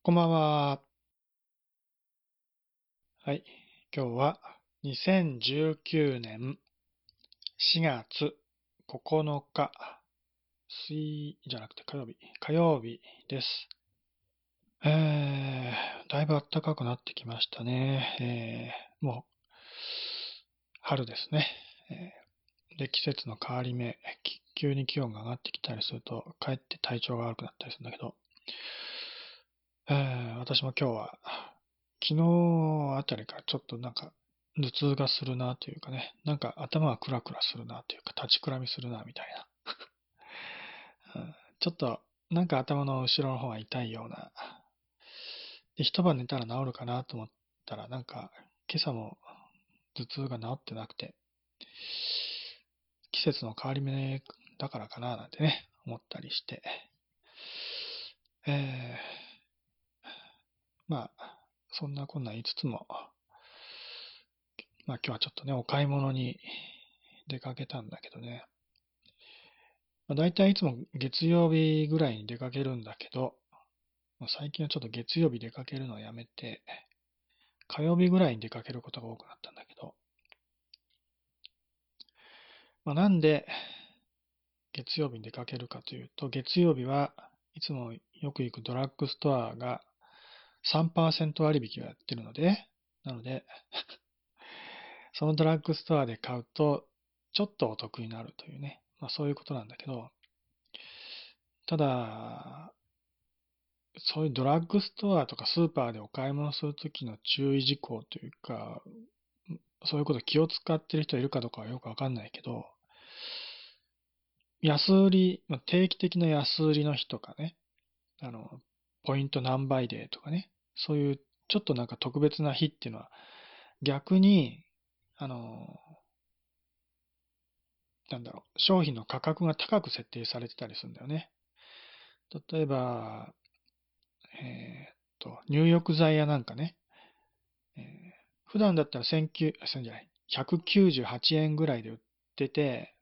こんばんは。はい。今日は2019年4月9日、じゃなくて火曜日です。だいぶ暖かくなってきましたね。もう春ですね。で、季節の変わり目、急に気温が上がってきたりすると、かえって体調が悪くなったりするんだけど、私も今日は、昨日あたりからちょっと頭痛がするなというかね、頭がクラクラするなというか、立ちくらみするなみたいな。ちょっと頭の後ろの方が痛いような。で、一晩寝たら治るかなと思ったら、今朝も頭痛が治ってなくて、季節の変わり目だからかななんてね、思ったりして、えまあ、そんなこんな言いつつも、今日はちょっとね、お買い物に出かけたんだけどね。だいたいいつも月曜日ぐらいに出かけるんだけど、最近はちょっと月曜日出かけるのをやめて、火曜日ぐらいに出かけることが多くなったんだけど、なんで月曜日に出かけるかというと、月曜日はいつもよく行くドラッグストアが3%割引をやってるので、なので、そのドラッグストアで買うと、ちょっとお得になるというね、そういうことなんだけど、ただ、そういうドラッグストアとかスーパーでお買い物するときの注意事項というか、そういうこと気を使ってる人いるかどうかはよくわかんないけど、安売り、定期的な安売りの日とかね、あの、ポイント何倍デーとかね、そういうちょっと特別な日っていうのは、逆に、あの、商品の価格が高く設定されてたりするんだよね。例えば、入浴剤やね、普段だったら1000じゃない、198円ぐらいで売ってて、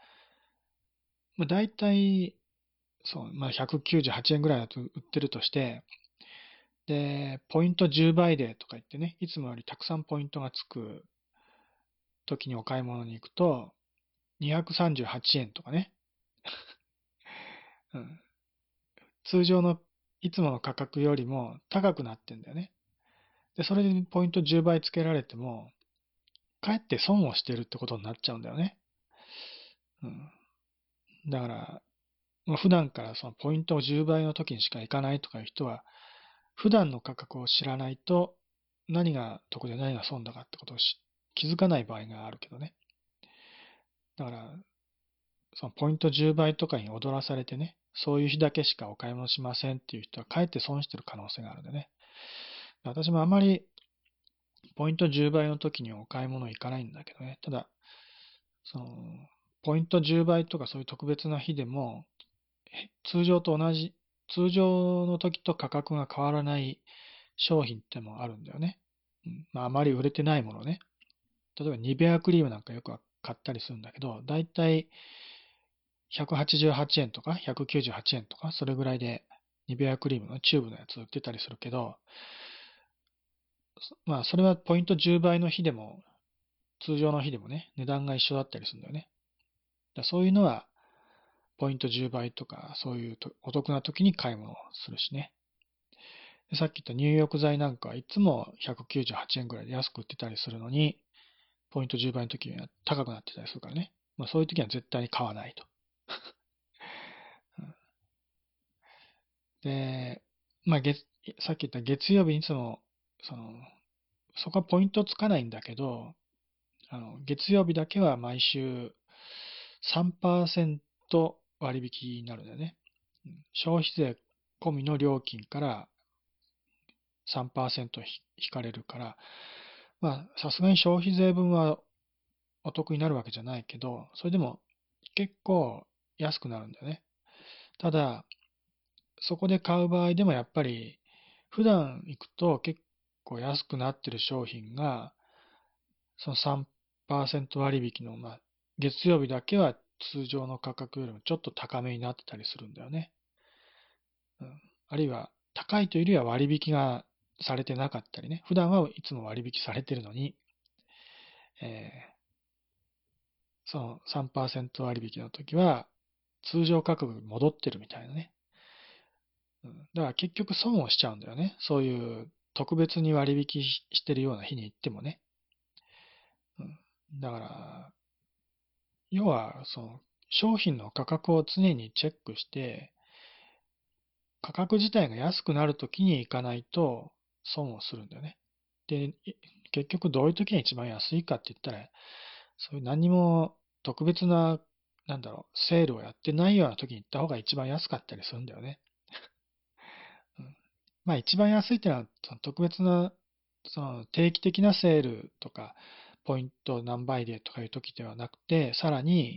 大体、そう、198円ぐらいだと売ってるとして、で、ポイント10倍デーとか言ってね、いつもよりたくさんポイントがつく時にお買い物に行くと、238円とかね、うん、通常のいつもの価格よりも高くなってんだよね。で、それでポイント10倍つけられても、かえって損をしてるってことになっちゃうんだよね。うん、だから、普段からそのポイントを10倍の時にしか行かないとかいう人は、普段の価格を知らないと、何が得で何が損だかってことを気づかない場合があるけどね。だから、そのポイント10倍とかに踊らされてね、そういう日だけしかお買い物しませんっていう人は、かえって損してる可能性があるんでね。私もあまりポイント10倍の時にお買い物行かないんだけどね。ただ、その、ポイント10倍とかそういう特別な日でも、通常と同じ、通常の時と価格が変わらない商品ってもあるんだよね。あまり売れてないものね。例えばニベアクリームなんかよく買ったりするんだけど、だいたい188円とか198円とか、それぐらいでニベアクリームのチューブのやつ売ってたりするけど、それはポイント10倍の日でも、通常の日でもね、値段が一緒だったりするんだよね。そういうのは、ポイント10倍とか、そういうお得な時に買い物をするしね。でさっき言った入浴剤なんかはいつも198円ぐらいで安く売ってたりするのに、ポイント10倍の時には高くなってたりするからね。そういう時は絶対に買わないと。で、まあ月、さっき言った月曜日にいつも、その、そこはポイントつかないんだけど、月曜日だけは毎週3%割引になるんだよね。消費税込みの料金から3%引かれるから、さすがに消費税分はお得になるわけじゃないけど、それでも結構安くなるんだよね。ただ、そこで買う場合でもやっぱり、普段行くと結構安くなってる商品が、その3%割引の、月曜日だけは通常の価格よりもちょっと高めになってたりするんだよね。うん、あるいは高いというよりは割引がされてなかったりね。普段はいつも割引されてるのに、その3%割引の時は通常価格に戻ってるみたいなね。だから結局損をしちゃうんだよね。そういう特別に割引してるような日に行ってもね。だから、要は、その商品の価格を常にチェックして、価格自体が安くなるときに行かないと損をするんだよね。で、結局どういう時が一番安いかって言ったら、そういう何にも特別な、セールをやってないような時に行った方が一番安かったりするんだよね。うん、まあ一番安いっていうのは、その特別な、その定期的なセールとか、ポイント何倍でとかいう時ではなくて、さらに、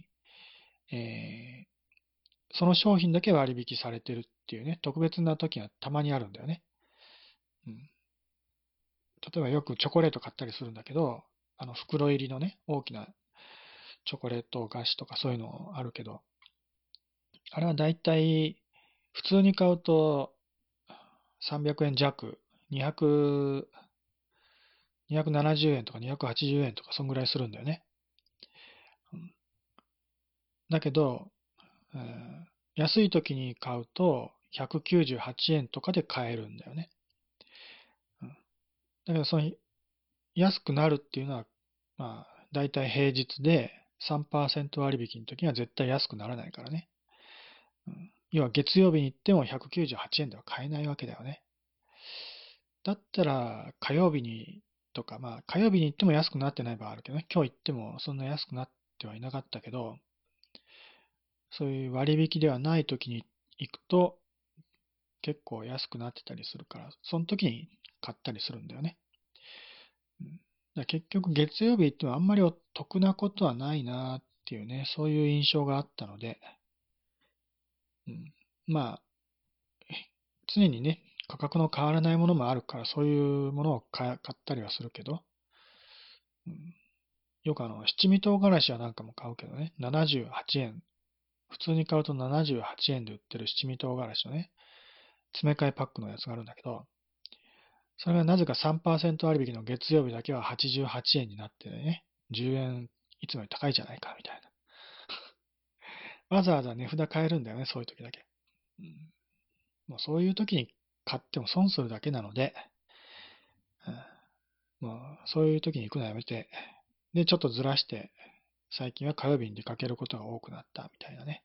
その商品だけ割引されてるっていうね、特別な時がたまにあるんだよね。うん、例えばよくチョコレート買ったりするんだけど、袋入りのね、大きなチョコレート菓子とかそういうのあるけど、あれはだいたい普通に買うと300円弱、200、270円とか280円とかそんぐらいするんだよね。だけど、安い時に買うと198円とかで買えるんだよね。だけどその安くなるっていうのは、まあ、だいたい平日で3%割引の時には絶対安くならないからね。要は月曜日に行っても198円では買えないわけだよね。だったら火曜日にとか、まあ火曜日に行っても安くなってない場合あるけどね。今日行ってもそんな安くなってはいなかったけど、そういう割引ではない時に行くと結構安くなってたりするから、その時に買ったりするんだよね。だから結局月曜日行ってもあんまりお得なことはないなっていうね、そういう印象があったので、うん、まあ、常にね、価格の変わらないものもあるから、そういうものを買ったりはするけど、うん、よく七味唐辛子はなんかも買うけどね、78円。普通に買うと78円で売ってる七味唐辛子のね、詰め替えパックのやつがあるんだけど、それがなぜか3%割引の月曜日だけは88円になってね、10円いつもより高いじゃないか、みたいな。わざわざ値札変えるんだよね、そういう時だけ。うん、もうそういう時に買っても損するだけなので、もうそういう時に行くのやめて、で、ちょっとずらして、最近は火曜日に出かけることが多くなったみたいなね。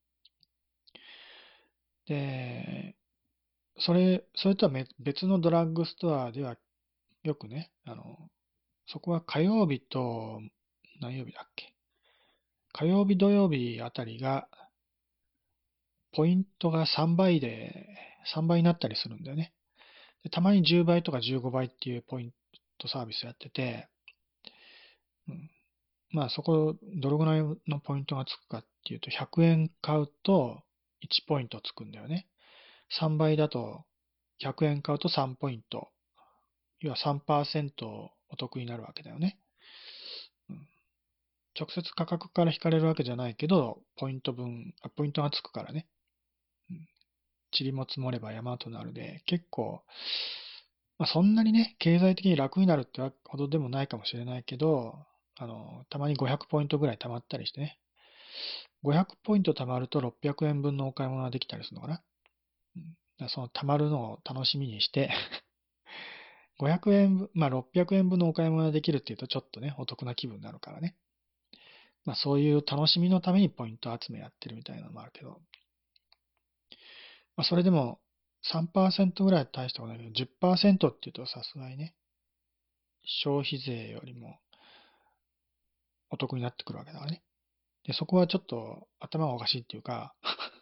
で、それとは別のドラッグストアではよくね、そこは火曜日と何曜日だっけ、火曜日土曜日あたりがポイントが3倍3倍になったりするんだよね。でたまに10倍とか15倍っていうポイントサービスやってて、うん、まあそこどれぐらいのポイントがつくかっていうと、100円買うと1ポイントつくんだよね。3倍だと100円買うと3ポイント。要は3%お得になるわけだよね。うん、直接価格から引かれるわけじゃないけど、ポイントがつくからね。うん、塵も積もれば山となるで、結構、まあ、そんなにね、経済的に楽になるってほどでもないかもしれないけど、たまに500ポイントぐらい貯まったりしてね。500ポイント貯まると600円分のお買い物ができたりするのかな。うん、だからその貯まるのを楽しみにして500円分、まあ600円分のお買い物ができるっていうとちょっとね、お得な気分になるからね。まあそういう楽しみのためにポイント集めやってるみたいなのもあるけど、まあそれでも3%ぐらい大したことないけど、10%っていうとさすがにね、消費税よりもお得になってくるわけだからね。で、そこはちょっと頭がおかしいっていうか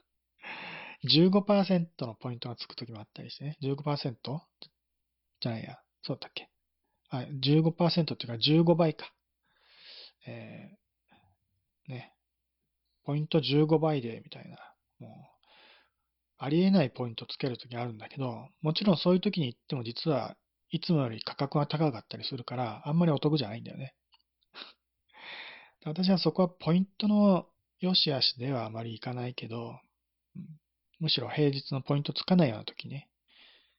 15%のポイントがつくときもあったりしてね。15%じゃないや。そうだっけ。15%っていうか15倍か。えね。ポイント15倍で、みたいな。もう、ありえないポイントつけるときあるんだけど、もちろんそういうときに行っても実はいつもより価格が高かったりするから、あんまりお得じゃないんだよね。私はそこはポイントの良し悪しではあまりいかないけど、むしろ平日のポイントつかないようなときね。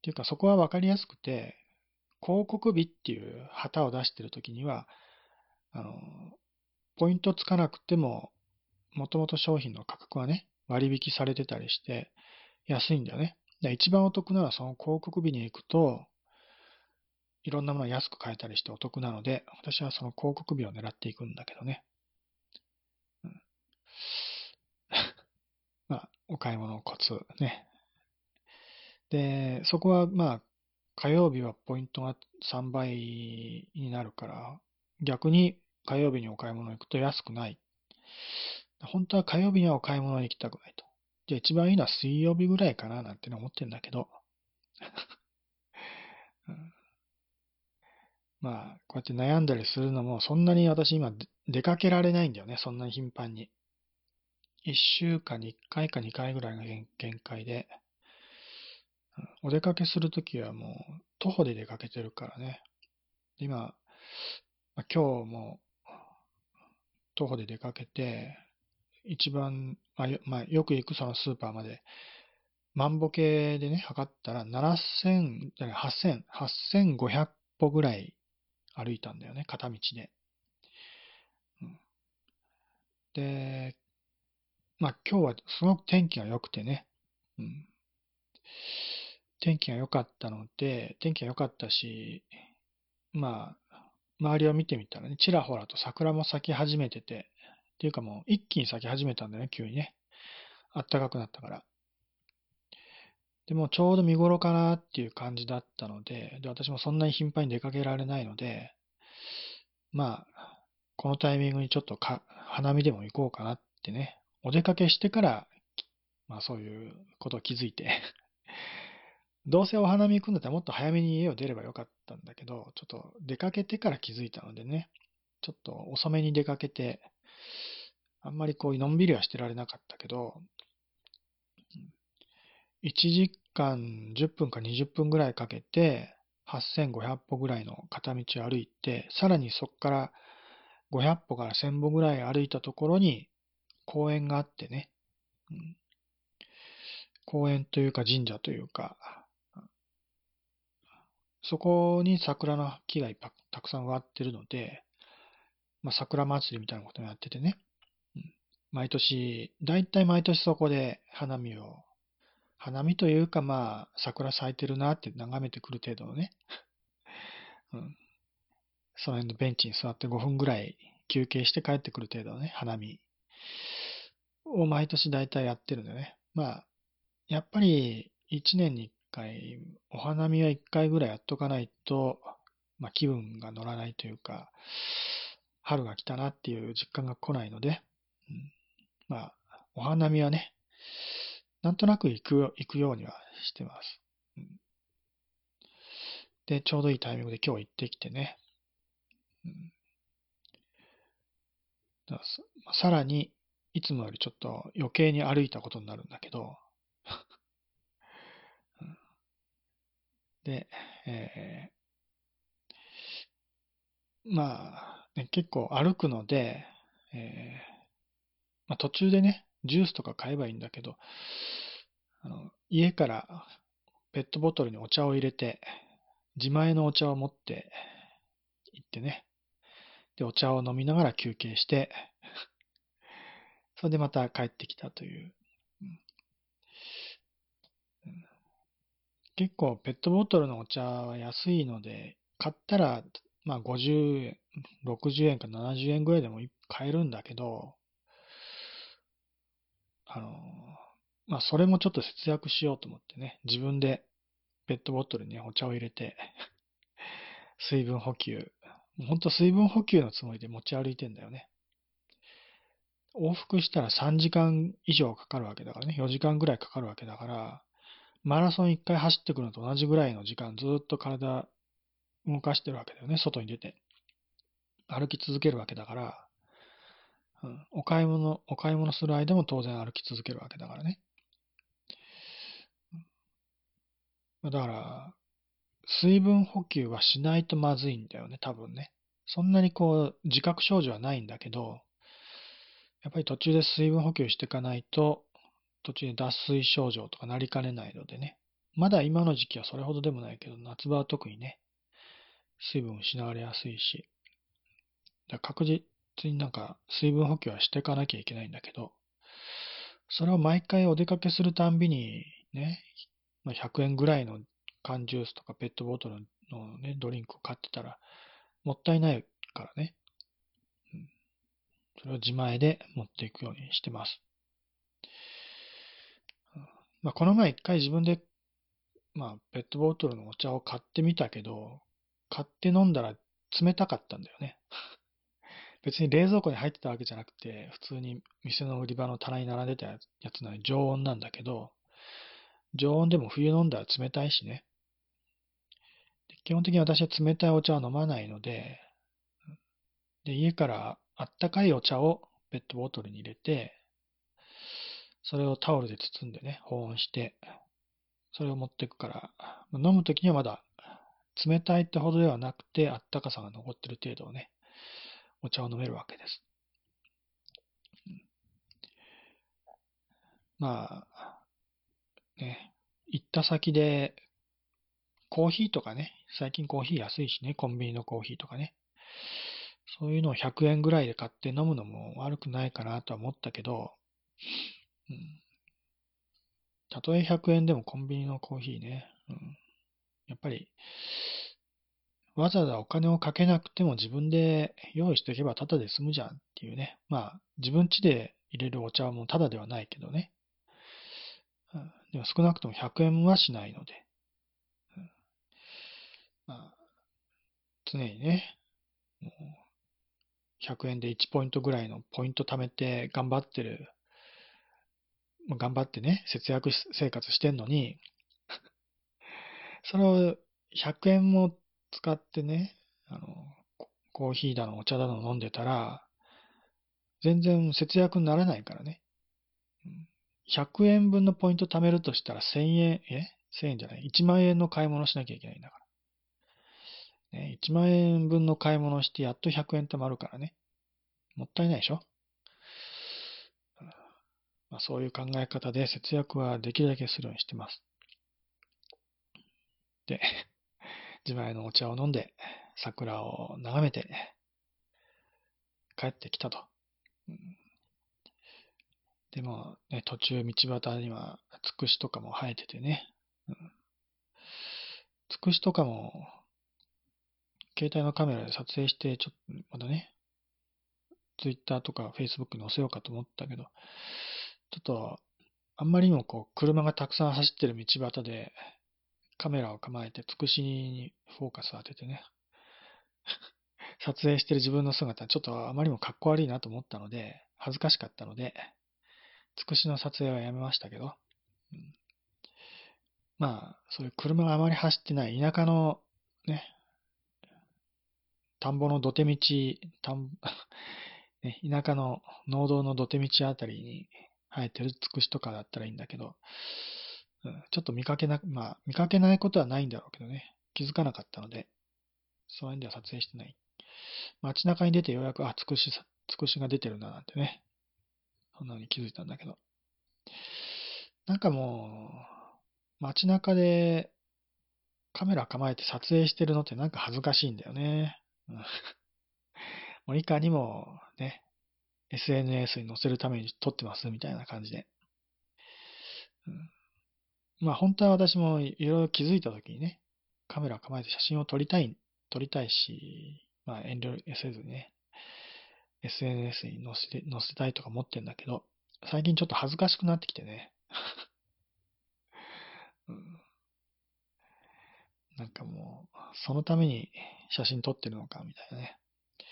ていうかそこはわかりやすくて、広告日っていう旗を出してるときには、あの、ポイントつかなくても、もともと商品の価格はね、割引されてたりして安いんだよね。で一番お得なのはその広告日に行くと、いろんなものが安く買えたりしてお得なので、私はその広告日を狙っていくんだけどね。うん、まあ、お買い物のコツね。で、そこはまあ、火曜日はポイントが3倍になるから、逆に火曜日にお買い物行くと安くない。本当は火曜日にはお買い物に行きたくないと。じゃあ一番いいのは水曜日ぐらいかななんて思ってるんだけど、うん、まあ、こうやって悩んだりするのも、そんなに私今出かけられないんだよね。そんなに頻繁に。1週間に1回か2回ぐらいが限界で、お出かけするときはもう徒歩で出かけてるからね。今、今日も徒歩で出かけて、一番、よく行くそのスーパーまで、万歩計でね、測ったら7000、8500歩ぐらい歩いたんだよね、片道で。うん、で、今日はすごく天気が良くてね、うん、天気が良かったので、天気が良かったし、周りを見てみたらね、ちらほらと桜も咲き始めてて、っていうかもう一気に咲き始めたんだよね、急にね。暖かくなったから。でもちょうど見頃かなっていう感じだったので、私もそんなに頻繁に出かけられないので、このタイミングにちょっと花見でも行こうかなってね、お出かけしてから、そういうことを気づいてどうせお花見行くんだったらもっと早めに家を出ればよかったんだけど、ちょっと出かけてから気づいたのでね、ちょっと遅めに出かけて、あんまりこう、のんびりはしてられなかったけど、1時間10分か20分ぐらいかけて、8500歩ぐらいの片道を歩いて、さらにそこから500歩から1000歩ぐらい歩いたところに公園があってね、うん、公園というか神社というか、そこに桜の木がたくさん植わってるので、桜祭りみたいなこともやっててね、うん、だいたい毎年そこで花見というか桜咲いてるなって眺めてくる程度のね、うん、その辺のベンチに座って5分ぐらい休憩して帰ってくる程度のね、花見を毎年だいたいやってるんだよね。やっぱり1年に1回、お花見は1回ぐらいやっとかないと、気分が乗らないというか、春が来たなっていう実感が来ないので、うん、お花見はね、なんとなく行くようにはしてます。うん、で、ちょうどいいタイミングで今日行ってきてね、うん、だからさらに、いつもよりちょっと余計に歩いたことになるんだけど、で、え結構歩くので、え途中でね、ジュースとか買えばいいんだけど、家からペットボトルにお茶を入れて、自前のお茶を持って行ってね、で、お茶を飲みながら休憩して、それでまた帰ってきたという。うんうん、結構ペットボトルのお茶は安いので、買ったら、50円、60円か70円ぐらいでも買えるんだけど、あの、それもちょっと節約しようと思ってね、自分でペットボトルにお茶を入れて、水分補給。ほんと水分補給のつもりで持ち歩いてんだよね。往復したら3時間以上かかるわけだからね。4時間ぐらいかかるわけだから、マラソン1回走ってくるのと同じぐらいの時間ずっと体動かしてるわけだよね。外に出て。歩き続けるわけだから、うん、お買い物する間も当然歩き続けるわけだからね。だから、水分補給はしないとまずいんだよね、多分ね。そんなにこう、自覚症状はないんだけど、やっぱり途中で水分補給していかないと、途中で脱水症状とかなりかねないのでね。 まだ今の時期はそれほどでもないけど、夏場は特にね、水分失われやすいし、だから確実になんか水分補給はしていかなきゃいけないんだけど、それを毎回お出かけするたんびにね、まあ、100円ぐらいの缶ジュースとかペットボトルのね、ドリンクを買ってたら、もったいないからね、うん、それを自前で持っていくようにしてます。まあ、この前一回自分で、まあ、ペットボトルのお茶を買ってみたけど、買って飲んだら冷たかったんだよね。別に冷蔵庫に入ってたわけじゃなくて、普通に店の売り場の棚に並んでたやつなのに常温なんだけど、常温でも冬飲んだら冷たいしね。基本的に私は冷たいお茶は飲まないので、家からあったかいお茶をペットボトルに入れて、それをタオルで包んでね、保温して、それを持っていくから、飲むときにはまだ冷たいってほどではなくて、あったかさが残ってる程度をね、お茶を飲めるわけです。まあ、ね、行った先でコーヒーとかね、最近コーヒー安いしね、コンビニのコーヒーとかね。そういうのを100円ぐらいで買って飲むのも悪くないかなとは思ったけど、うん、たとえ100円でもコンビニのコーヒーね、やっぱりわざわざお金をかけなくても自分で用意しておけばタダで済むじゃんっていうね。まあ、自分家で入れるお茶はもうタダではないけどね。でも少なくとも100円はしないので、まあ、常にね、もう100円で1ポイントぐらいのポイント貯めて頑張ってね、節約生活してんのに、それを100円も使ってね、コーヒーだのお茶だの飲んでたら、全然節約にならないからね。100円分のポイント貯めるとしたら1000円、1000円じゃない、1万円の買い物しなきゃいけないんだから。ね、1万円分の買い物してやっと100円貯まるからね。もったいないでしょ。まあ、そういう考え方で節約はできるだけするようにしてます。で、自前のお茶を飲んで、桜を眺めて帰ってきたと。でもね、途中道端にはつくしとかも生えててね。つくしとかも携帯のカメラで撮影して、ちょっとまだね、ツイッターとかフェイスブックに載せようかと思ったけど、ちょっとあんまりにもこう車がたくさん走ってる道端でカメラを構えてつくしにフォーカスを当ててね、撮影してる自分の姿、ちょっとあまりにもかっこ悪いなと思ったので、恥ずかしかったので、つくしの撮影はやめましたけど、うん、まあ、そういう車があまり走ってない田舎のね、田んぼの土手道、ね、田舎の農道の土手道あたりに生えてるつくしとかだったらいいんだけど、ちょっとまあ、見かけないことはないんだろうけどね、気づかなかったので、そういう意味では撮影してない。街中に出てようやく、つくしが出てるななんてね、そんなに気づいたんだけど。なんかもう、街中でカメラ構えて撮影してるのってなんか恥ずかしいんだよね。もういかにもね、SNS に載せるために撮ってますみたいな感じで。うん、まあ本当は私もいろいろ気づいたときにね、カメラ構えて写真を撮りたいし、まあ遠慮せずにね、SNS に載せたいとか思ってんだけど、最近ちょっと恥ずかしくなってきてね。うん、なんかもう、そのために写真撮ってるのかみたいなね。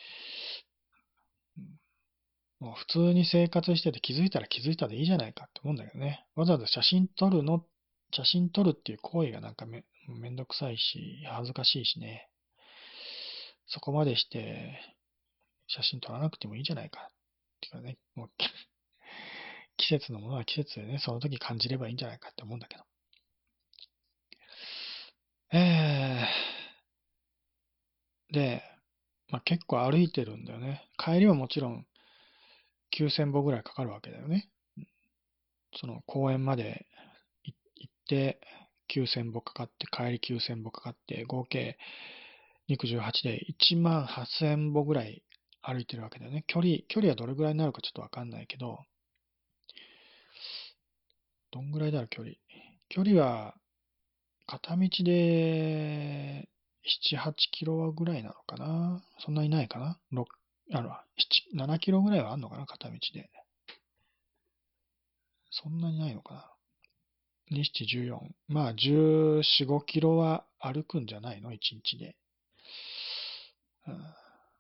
うん、もう普通に生活してて気づいたら気づいたでいいじゃないかって思うんだけどね。わざわざ写真撮るっていう行為がなんかめんどくさいし、恥ずかしいしね。そこまでして写真撮らなくてもいいじゃないか。っていうかね、もう季節のものは季節でね、その時感じればいいんじゃないかって思うんだけど。えで、まあ、結構歩いてるんだよね。帰りはもちろん9000歩ぐらいかかるわけだよね。その公園まで行って 9000歩かかって、帰り9000歩かかって、合計218で18000歩ぐらい歩いてるわけだよね。距離はどれぐらいになるかちょっとわかんないけど、どんぐらいだろう、距離。距離は、片道で、7、8キロぐらいなのかな。そんなにないかな。7キロぐらいはあんのかな、片道で。そんなにないのかな。2、7、14。まあ、14、5キロは歩くんじゃないの ?1 日で。うん、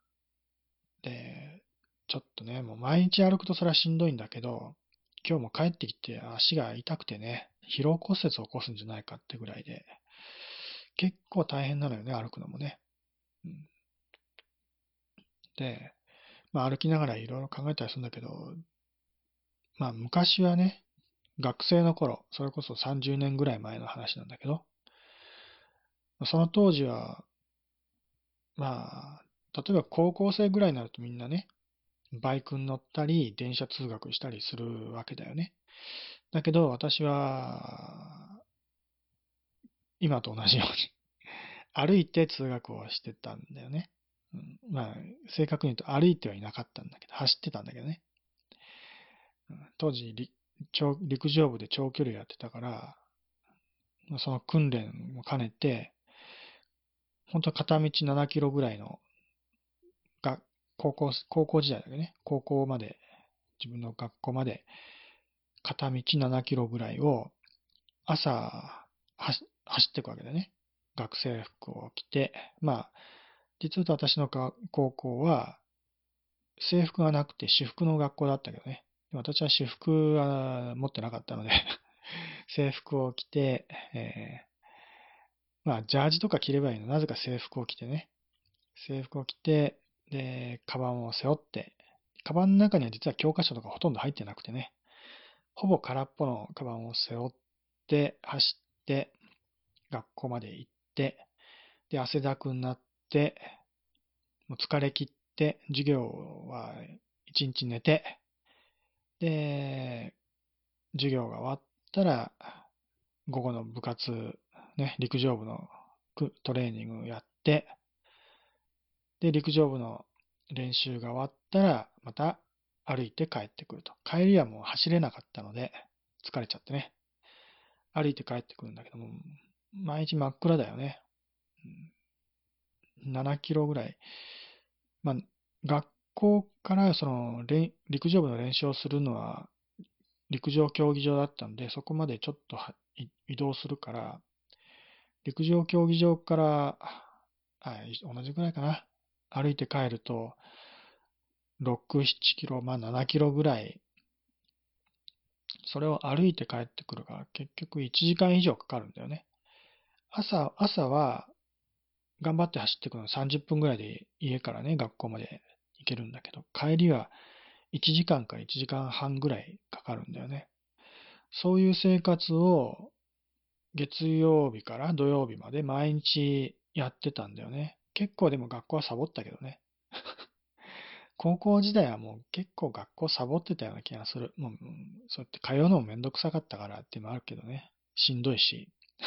で、ちょっとね、もう毎日歩くとそれはしんどいんだけど、今日も帰ってきて足が痛くてね、疲労骨折を起こすんじゃないかってぐらいで、結構大変なのよね、歩くのもね。うん、で、まあ歩きながらいろいろ考えたりするんだけど、まあ昔はね、学生の頃、それこそ30年ぐらい前の話なんだけど、その当時は、まあ、例えば高校生ぐらいになるとみんなね、バイクに乗ったり、電車通学したりするわけだよね。だけど私は、今と同じように歩いて通学をしてたんだよね。うん、まあ、正確に言うと歩いてはいなかったんだけど、走ってたんだけどね。うん、当時陸上部で長距離やってたから、その訓練も兼ねて、本当片道7キロぐらいのが高校時代だけどね、高校まで、自分の学校まで片道7キロぐらいを朝走っていくわけだよね。学生服を着て、まあ、実は私の高校は制服がなくて私服の学校だったけどね。私は私服は持ってなかったので制服を着て、まあ、ジャージとか着ればいいの。なぜか制服を着てね。制服を着て、で、カバンを背負って、カバンの中には実は教科書とかほとんど入ってなくてね。ほぼ空っぽのカバンを背負って、走って、学校まで行って、で、汗だくになって、もう疲れ切って、授業は一日寝て、で、授業が終わったら、午後の部活、ね、陸上部のトレーニングをやって、で、陸上部の練習が終わったら、また歩いて帰ってくると。帰りはもう走れなかったので、疲れちゃってね。歩いて帰ってくるんだけども、毎日真っ暗だよね。7キロぐらい。まあ、学校からその陸上部の練習をするのは陸上競技場だったんで、そこまでちょっと移動するから、陸上競技場から、同じぐらいかな。歩いて帰ると、6、7キロ、まあ7キロぐらい、それを歩いて帰ってくるから、結局1時間以上かかるんだよね。朝は頑張って走ってくるの30分ぐらいで家からね、学校まで行けるんだけど、帰りは1時間か1時間半ぐらいかかるんだよね。そういう生活を月曜日から土曜日まで毎日やってたんだよね。結構でも学校はサボったけどね。高校時代はもう結構学校サボってたような気がする。もう、そうやって通うのもめんどくさかったからっていうのもあるけどね。しんどいし。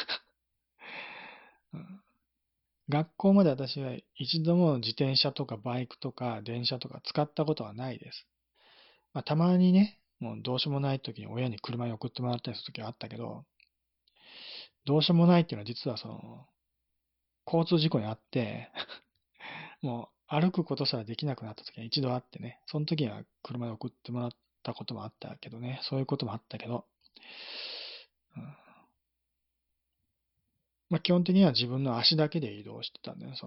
うん、学校まで私は一度も自転車とかバイクとか電車とか使ったことはないです。まあ、たまにね、もうどうしようもない時に親に車に送ってもらったりする時はあったけど、どうしようもないっていうのは実はその、交通事故にあってもう歩くことすらできなくなった時が一度あってね、その時は車で送ってもらったこともあったけどね、そういうこともあったけど、うん、まあ、基本的には自分の足だけで移動してたんだよね、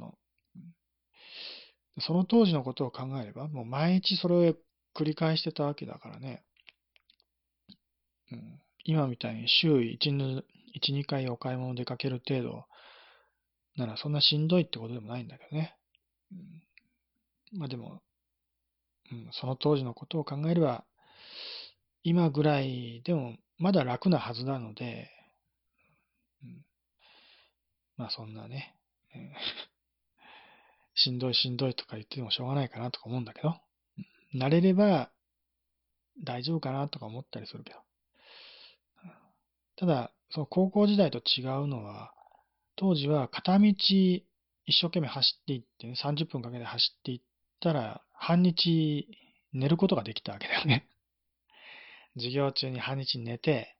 その当時のことを考えれば、もう毎日それを繰り返してたわけだからね、うん、今みたいに週1、2回お買い物出かける程度ならそんなしんどいってことでもないんだけどね。うん、まあでも、その当時のことを考えれば、今ぐらいでもまだ楽なはずなので、うん、まあそんなね、しんどいしんどいとか言ってもしょうがないかなとか思うんだけど、慣れれば大丈夫かなとか思ったりするけど。ただ、 その高校時代と違うのは、当時は片道一生懸命走っていってね、30分かけて走っていったら、半日寝ることができたわけだよね。授業中に半日寝て、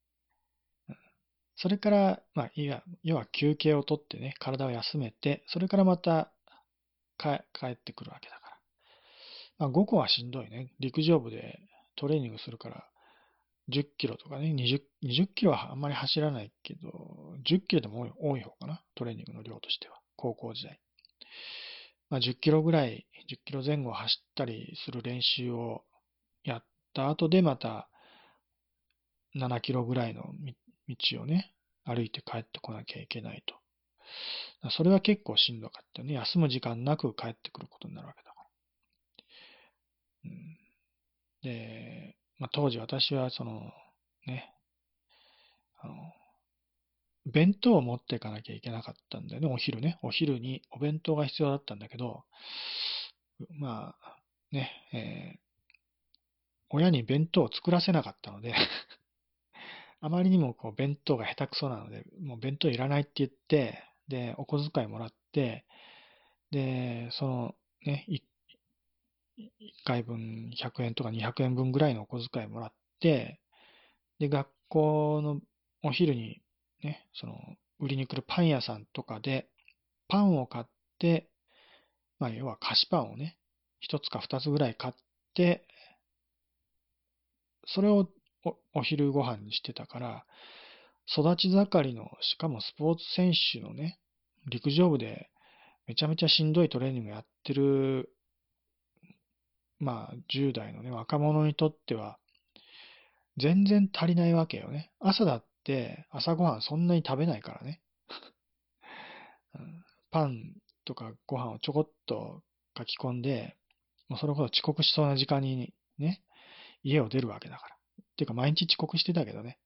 それから、要は休憩をとってね、体を休めて、それからまた帰ってくるわけだから。5個はしんどいね。陸上部でトレーニングするから、10キロとかね、20キロはあんまり走らないけど、10キロでも多い方かな。トレーニングの量としては。高校時代。10キロぐらい、10キロ前後走ったりする練習をやった後でまた7キロぐらいの道をね、歩いて帰ってこなきゃいけないと。それは結構しんどかったよね。休む時間なく帰ってくることになるわけだから。うん、で、当時私はね、あの、弁当を持っていかなきゃいけなかったんだよね、お昼ね。お昼にお弁当が必要だったんだけど、ね、親に弁当を作らせなかったのであまりにも弁当が下手くそなので、もう弁当いらないって言って、で、お小遣いもらって、で、ね、1回分100円とか200円分ぐらいのお小遣いもらって、で、学校のお昼にね、売りに来るパン屋さんとかで、パンを買って、要は菓子パンをね、一つか二つぐらい買って、それをお昼ご飯にしてたから、育ち盛りの、しかもスポーツ選手のね、陸上部でめちゃめちゃしんどいトレーニングやってる、10代のね、若者にとっては、全然足りないわけよね。朝だって朝ごはんそんなに食べないからね。うん、パンとかご飯をちょこっと書き込んで、もうそれこそ遅刻しそうな時間にね、家を出るわけだから。っていうか毎日遅刻してたけどね。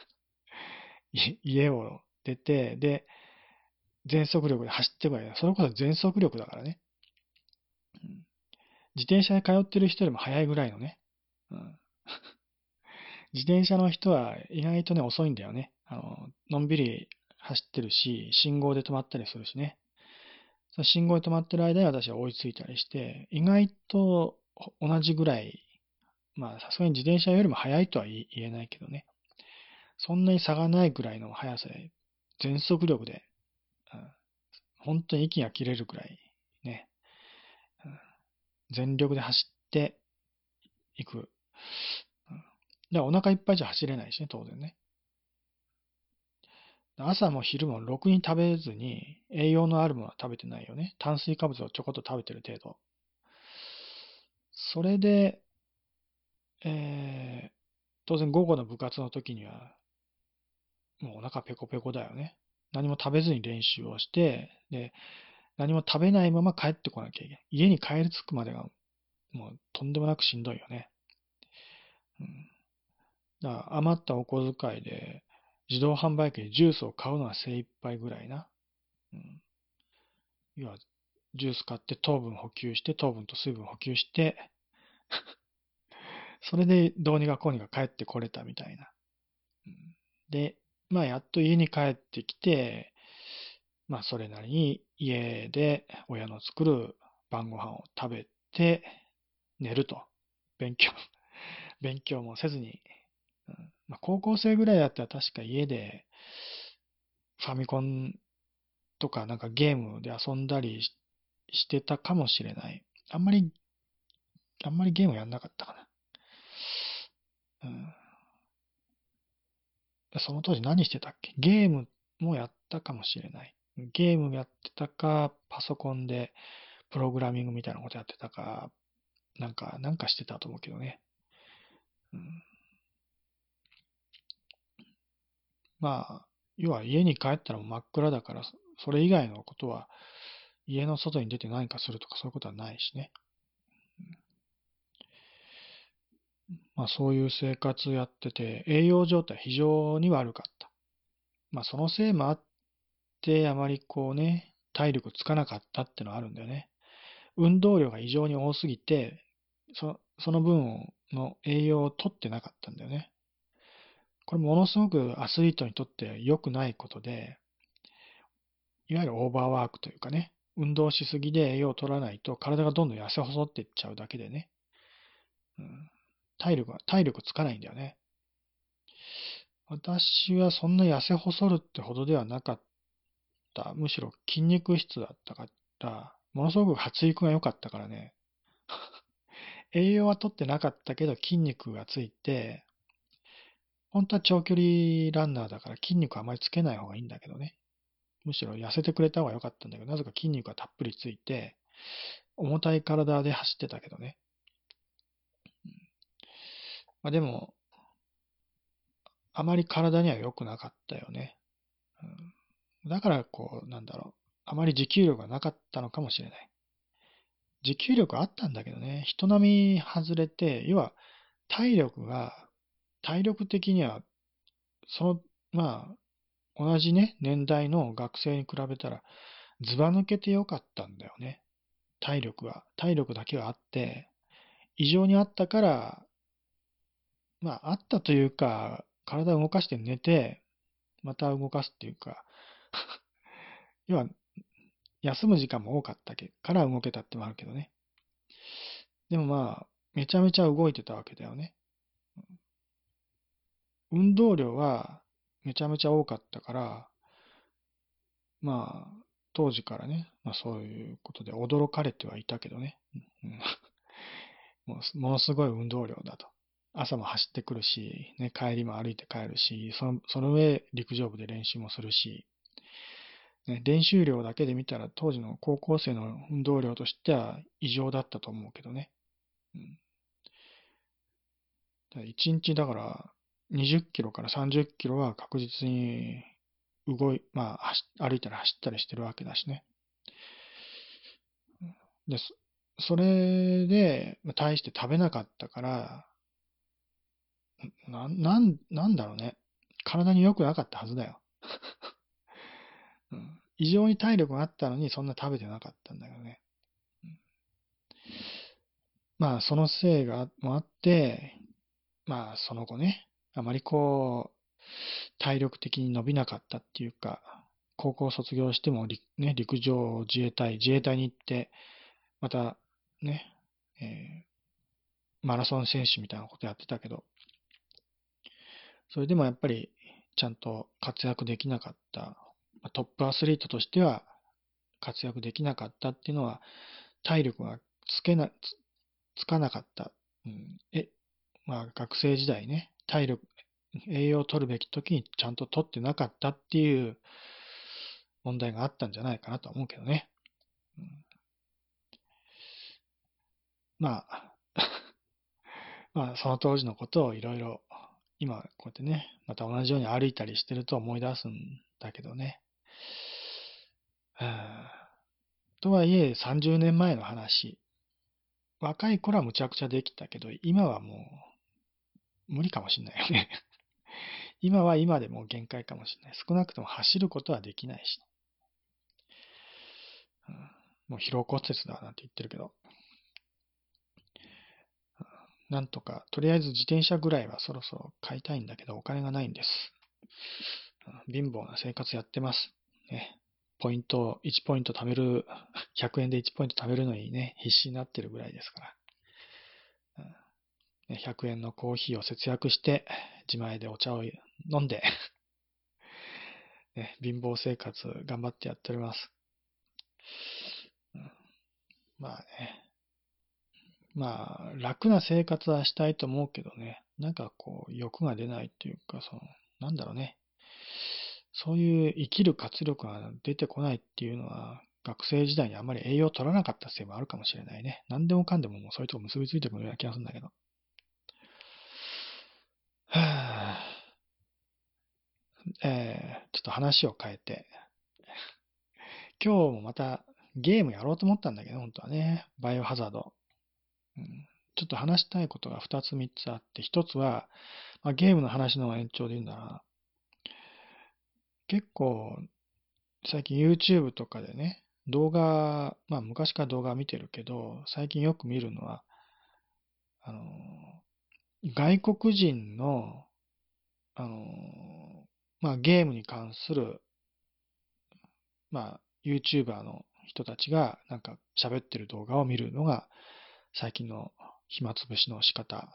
家を出て、で、全速力で走ってくる。それこそ全速力だからね。うん、自転車で通ってる人よりも速いぐらいのね。うん、自転車の人は意外とね、遅いんだよね。のんびり走ってるし、信号で止まったりするしね。その信号で止まってる間に私は追いついたりして、意外と同じぐらい、さすがに自転車よりも速いとは言えないけどね。そんなに差がないぐらいの速さで、全速力で、うん、本当に息が切れるぐらい、ね、うん、全力で走っていく。うん、だからお腹いっぱいじゃ走れないしね、当然ね。朝も昼もろくに食べずに栄養のあるものは食べてないよね。炭水化物をちょこっと食べてる程度。それで、当然午後の部活の時にはもうお腹ペコペコだよね。何も食べずに練習をして、で、何も食べないまま帰ってこなきゃいけない。家に帰り着くまでがもうとんでもなくしんどいよね。うん、だから余ったお小遣いで自動販売機でジュースを買うのは精一杯ぐらいな。うん、要は、ジュース買って糖分補給して、糖分と水分補給して、それでどうにかこうにか帰ってこれたみたいな。うん、で、やっと家に帰ってきて、それなりに家で親の作る晩ご飯を食べて寝ると。勉強、勉強もせずに。うん、高校生ぐらいだったら確か家でファミコンとかなんかゲームで遊んだりしてたかもしれない。あんまりゲームやんなかったかな。うん、その当時何してたっけ？ゲームもやったかもしれない。ゲームやってたか、パソコンでプログラミングみたいなことやってたか、なんかしてたと思うけどね。うん、要は家に帰ったら真っ暗だから、それ以外のことは家の外に出て何かするとかそういうことはないしね。そういう生活やってて、栄養状態非常に悪かった。そのせいもあって、あまり体力つかなかったってのはあるんだよね。運動量が異常に多すぎて、その分の栄養を取ってなかったんだよね。 これものすごくアスリートにとって良くないことで、いわゆるオーバーワークというかね、運動しすぎで栄養を取らないと体がどんどん痩せ細っていっちゃうだけでね、うん、体力つかないんだよね。私はそんな痩せ細るってほどではなかった。むしろ筋肉質だったから、ものすごく発育が良かったからね、栄養は取ってなかったけど筋肉がついて、本当は長距離ランナーだから筋肉あまりつけない方がいいんだけどね。むしろ痩せてくれた方が良かったんだけど、なぜか筋肉がたっぷりついて、重たい体で走ってたけどね。まあでも、あまり体には良くなかったよね。だから、あまり持久力がなかったのかもしれない。持久力あったんだけどね、人並み外れて、要は体力が、体力的には、その、ま同じね、年代の学生に比べたら、ずば抜けてよかったんだよね。体力が。体力だけはあって、異常にあったから、あったというか、体を動かして寝て、また動かすっていうか、要は、休む時間も多かったから動けたってのもあるけどね。でもめちゃめちゃ動いてたわけだよね。運動量はめちゃめちゃ多かったから、まあ、当時からね、そういうことで驚かれてはいたけどね。うんものすごい運動量だと。朝も走ってくるし、ね、帰りも歩いて帰るし、その上陸上部で練習もするし、ね、練習量だけで見たら当時の高校生の運動量としては異常だったと思うけどね。うん、1日だから20キロから30キロは確実に歩いたり走ったりしてるわけだしね。で、それで、大して食べなかったから、なんだろうね。体に良くなかったはずだよ。うん、異常に体力があったのにそんな食べてなかったんだけどね。うん、そのせいもあって、その後ね、あまり体力的に伸びなかったっていうか、高校卒業しても陸上自衛隊に行って、またね、マラソン選手みたいなことやってたけど、それでもやっぱりちゃんと活躍できなかった、トップアスリートとしては活躍できなかったっていうのは、体力がつかなかった。うん、学生時代ね、栄養を取るべき時にちゃんと取ってなかったっていう問題があったんじゃないかなと思うけどね。うん、まあ、その当時のことをいろいろ、今こうやってね、また同じように歩いたりしてると思い出すんだけどね。とはいえ、30年前の話。若い頃はむちゃくちゃできたけど、今はもう無理かもしれないよね。今は今でもう限界かもしれない。少なくとも走ることはできないし。うん、もう疲労骨折だなんて言ってるけど。なんとか、とりあえず自転車ぐらいはそろそろ買いたいんだけど、お金がないんです。貧乏な生活やってます。ね。1ポイント貯める、100円で1ポイント貯めるのにね、必死になってるぐらいですから。100円のコーヒーを節約して、自前でお茶を飲んでね、貧乏生活頑張ってやっております。うん、まあね。楽な生活はしたいと思うけどね。欲が出ないっていうか、なんだろうね。そういう生きる活力が出てこないっていうのは、学生時代にあまり栄養を取らなかったせいもあるかもしれないね。何でもかんでももうそういうとこ結びついてくるような気がするんだけど。はぁ、ちょっと話を変えて、今日もまたゲームやろうと思ったんだけど、本当はね。バイオハザード。うん、ちょっと話したいことが2つ3つあって、1つは、ゲームの話の延長で言うんだな。結構、最近 YouTube とかでね、昔から動画見てるけど、最近よく見るのは、あの、外国人のゲームに関する、YouTuber の人たちがなんか喋ってる動画を見るのが最近の暇つぶしの仕方。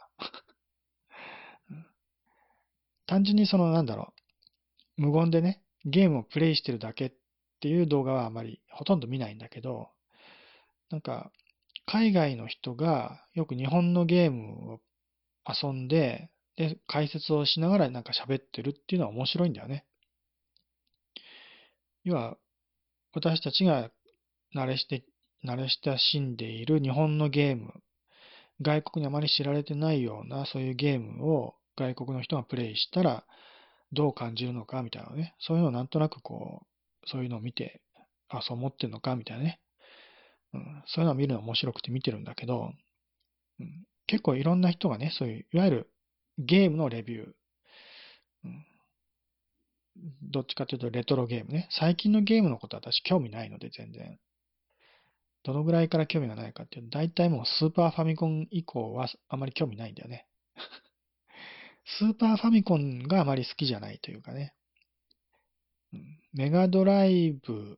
単純に無言でね、ゲームをプレイしてるだけっていう動画はあまりほとんど見ないんだけど、なんか海外の人がよく日本のゲームを遊んで、で、解説をしながらなんか喋ってるっていうのは面白いんだよね。要は、私たちが慣れして、慣れ親しんでいる日本のゲーム、外国にあまり知られてないようなそういうゲームを外国の人がプレイしたらどう感じるのかみたいなね。そういうのをなんとなくそういうのを見て、あ、そう思ってんのかみたいなね。そういうのを見るの面白くて見てるんだけど、結構いろんな人がね、そういう、いわゆるゲームのレビュー、どっちかというとレトロゲームね。最近のゲームのことは私興味ないので全然。どのぐらいから興味がないかっていうと、大体もうスーパーファミコン以降はあまり興味ないんだよね。スーパーファミコンがあまり好きじゃないというかね。メガドライブ、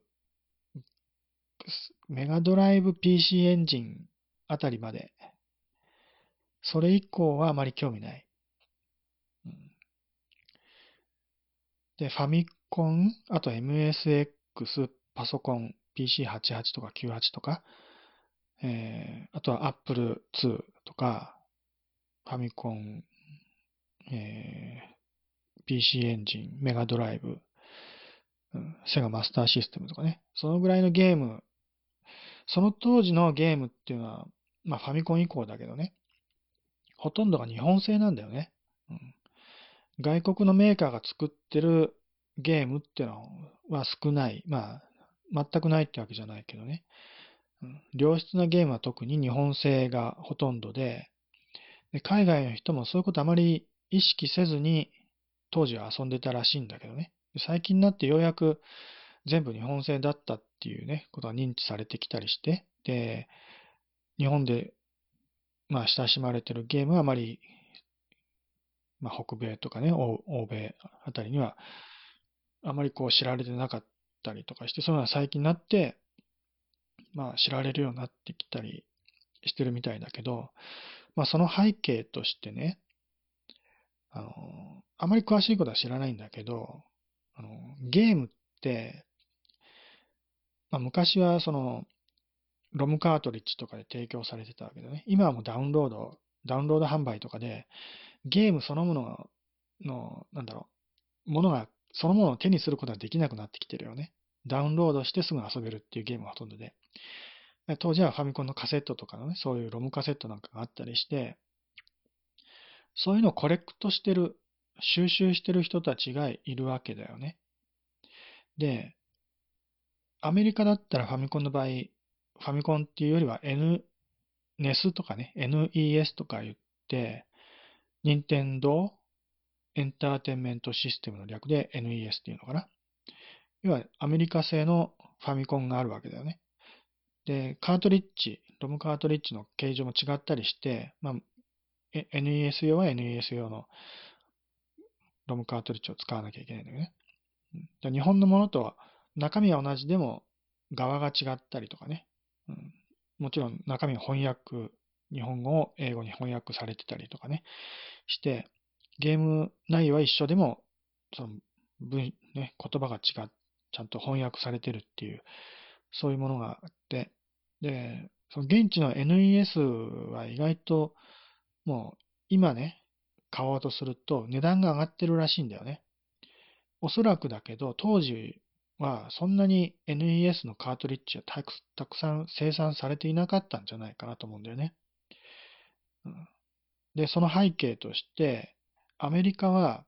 メガドライブ PC エンジンあたりまで、それ以降はあまり興味ない。で、ファミコン、あと MSX、パソコン、PC88 とか98とか、あとは Apple II とか、ファミコン、PC エンジン、メガドライブ、セガマスターシステムとかね。そのぐらいのゲーム、その当時のゲームっていうのは、ファミコン以降だけどね、ほとんどが日本製なんだよね。外国のメーカーが作ってるゲームっていうのは少ない。全くないってわけじゃないけどね。良質なゲームは特に日本製がほとんどで、海外の人もそういうことあまり意識せずに当時は遊んでたらしいんだけどね。最近になってようやく全部日本製だったっていうね、ことが認知されてきたりして、で、日本で親しまれてるゲームはあまり、北米とかね、欧米あたりにはあまり知られてなかったりとかして、そういうのは最近になって、知られるようになってきたりしてるみたいだけど、その背景としてね、あの、あまり詳しいことは知らないんだけど、ゲームって、昔はロムカートリッジとかで提供されてたわけだね。今はもうダウンロード販売とかで、ゲームそのものものが、そのものを手にすることができなくなってきてるよね。ダウンロードしてすぐ遊べるっていうゲームがほとんどで。当時はファミコンのカセットとかのね、そういうロムカセットなんかがあったりして、そういうのをコレクトしてる、収集してる人たちがいるわけだよね。で、アメリカだったらファミコンの場合、ファミコンっていうよりは NES とかね、NES とか言って、任天堂エンターテインメントシステムの略で NES っていうのかな。要はアメリカ製のファミコンがあるわけだよね。で、カートリッジ、ロムカートリッジの形状も違ったりして、NES 用は NES 用のロムカートリッジを使わなきゃいけないんだよね。日本のものとは中身は同じでも側が違ったりとかね。もちろん中身が日本語を英語に翻訳されてたりとかね、して、ゲーム内容は一緒でも、言葉が違う、ちゃんと翻訳されてるっていう、そういうものがあって、で、その現地の NES は意外ともう今ね、買おうとすると値段が上がってるらしいんだよね。おそらくだけど、当時はそんなに NES のカートリッジはたくさん生産されていなかったんじゃないかなと思うんだよね。で、その背景として、アメリカは、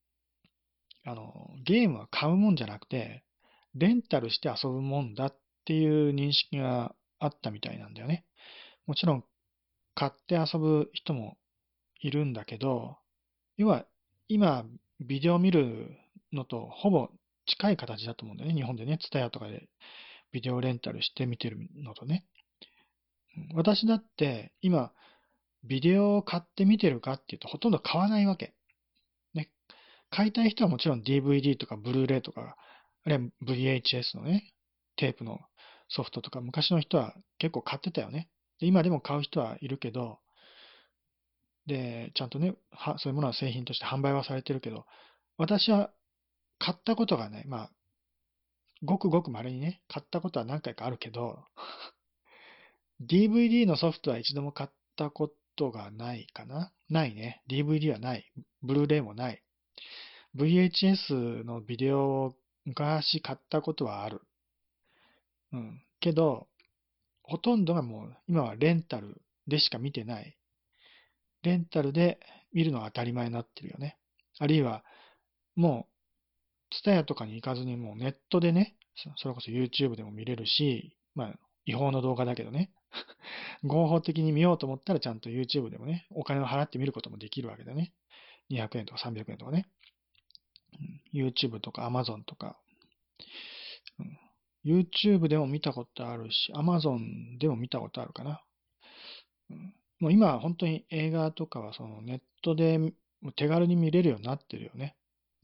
ゲームは買うもんじゃなくて、レンタルして遊ぶもんだっていう認識があったみたいなんだよね。もちろん、買って遊ぶ人もいるんだけど、要は、今、ビデオ見るのとほぼ近い形だと思うんだよね。日本でね、ツタヤとかでビデオレンタルして見てるのとね。私だって今、ビデオを買って見てるかっていうとほとんど買わないわけ。ね。 買いたい人はもちろん DVD とかブルーレイとか、あるいは VHS のね、テープのソフトとか昔の人は結構買ってたよね。で今でも買う人はいるけど、で、ちゃんとね、そういうものは製品として販売はされてるけど、私は買ったことがない。まあ、ごくごく稀にね、買ったことは何回かあるけど、DVD のソフトは一度も買ったことがないかな。ないね。DVD はない。ブルーレイもない。VHS のビデオを昔買ったことはある。うん。けど、ほとんどがもう、今はレンタルでしか見てない。レンタルで見るのが当たり前になってるよね。あるいは、もう、ツタヤとかに行かずにもうネットでね、それこそ YouTube でも見れるし、まあ、違法の動画だけどね、合法的に見ようと思ったらちゃんと YouTube でもね、お金を払って見ることもできるわけだね。200円とか300円とかね。YouTube とか Amazon とか、YouTube でも見たことあるし、Amazon でも見たことあるかな。もう今は本当に映画とかはそのネットで手軽に見れるようになってるよね。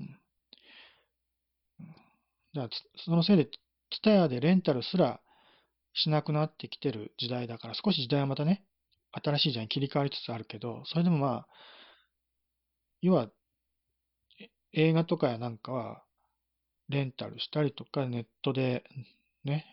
だからそのせいで、TSUTAYA でレンタルすらしなくなってきてる時代だから、少し時代はまたね、新しい時代に切り替わりつつあるけど、それでもまあ、要は映画とかやなんかはレンタルしたりとか、ネットでね、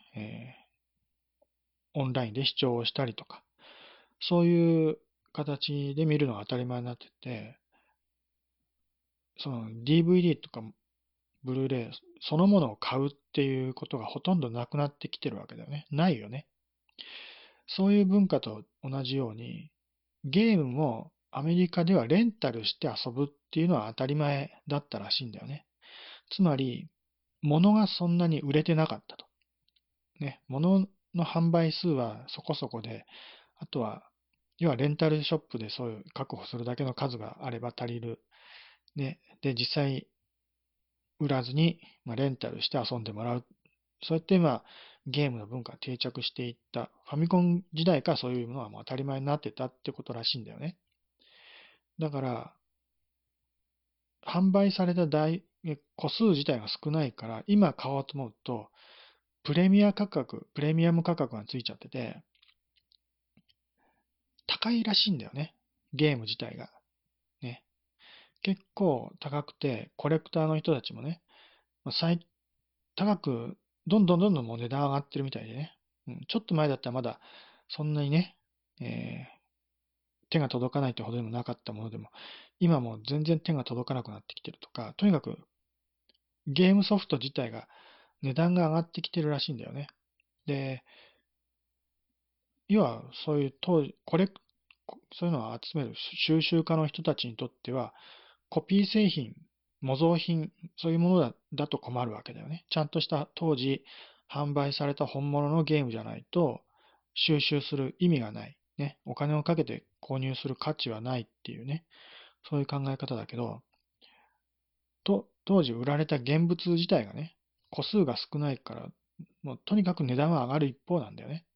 オンラインで視聴をしたりとか、そういう形で見るのが当たり前になってて、その DVD とかブルーレイそのものを買うっていうことがほとんどなくなってきてるわけだよね。ないよね。そういう文化と同じように、ゲームもアメリカではレンタルして遊ぶっていうのは当たり前だったらしいんだよね。つまり、物がそんなに売れてなかったと。ね、物の販売数はそこそこで、あとは、要はレンタルショップでそういう確保するだけの数があれば足りる。ね、で、実際売らずに、レンタルして遊んでもらう。そうやってゲームの文化が定着していった。ファミコン時代からそういうものはもう当たり前になってたってことらしいんだよね。だから、販売された個数自体が少ないから、今買おうと思うと、プレミアム価格がついちゃってて、高いらしいんだよね。ゲーム自体が。ね。結構高くて、コレクターの人たちもね、最高く、どんどんもう値段上がってるみたいでね。ちょっと前だったらまだそんなにね、手が届かないってほどでもなかったものでも、今もう全然手が届かなくなってきてるとか、とにかくゲームソフト自体が値段が上がってきてるらしいんだよね。で、要はそういう当時、そういうのを集める収集家の人たちにとっては、コピー製品、模造品、そういうものだと困るわけだよね。ちゃんとした当時販売された本物のゲームじゃないと収集する意味がない。ね。お金をかけて購入する価値はないっていうね。そういう考え方だけど、当時売られた現物自体がね、個数が少ないから、もうとにかく値段は上がる一方なんだよね。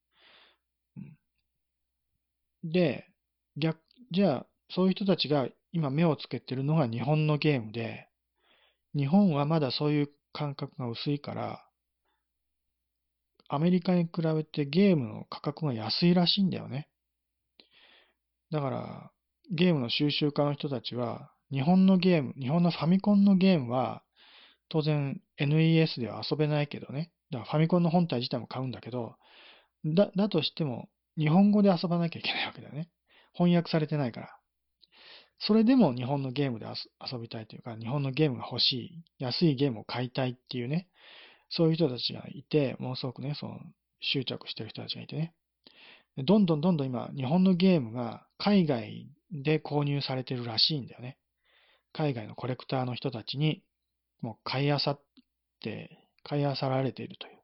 で、逆、じゃあ、そういう人たちが今目をつけてるのが日本のゲームで、日本はまだそういう感覚が薄いから、アメリカに比べてゲームの価格が安いらしいんだよね。だから、ゲームの収集家の人たちは、日本のファミコンのゲームは、当然 NES では遊べないけどね。だからファミコンの本体自体も買うんだけど、だとしても、日本語で遊ばなきゃいけないわけだよね。翻訳されてないから。それでも日本のゲームで遊びたいというか、日本のゲームが欲しい、安いゲームを買いたいっていうね、そういう人たちがいて、ものすごくね、その執着してる人たちがいてね。どんどん今、日本のゲームが海外で購入されてるらしいんだよね。海外のコレクターの人たちに、もう買い漁られているという。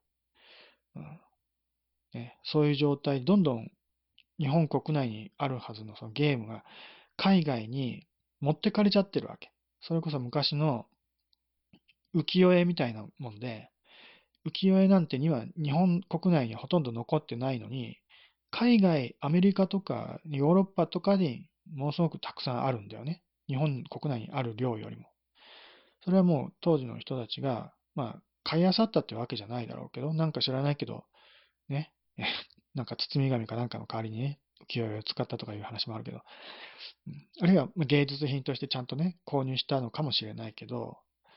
ね、そういう状態で、どんどん日本国内にあるはずのそのゲームが海外に持ってかれちゃってるわけ。それこそ昔の浮世絵みたいなもんで、浮世絵なんてには日本国内にほとんど残ってないのに、海外、アメリカとかヨーロッパとかにものすごくたくさんあるんだよね。日本国内にある量よりも。 それはもう当時の人たちが、まあ、買い漁ったってわけじゃないだろうけど、なんか知らないけど、ね、なんか包み紙かなんかの代わりにね、浮世絵を使ったとかいう話もあるけど、あるいは芸術品としてちゃんとね、購入したのかもしれないけど、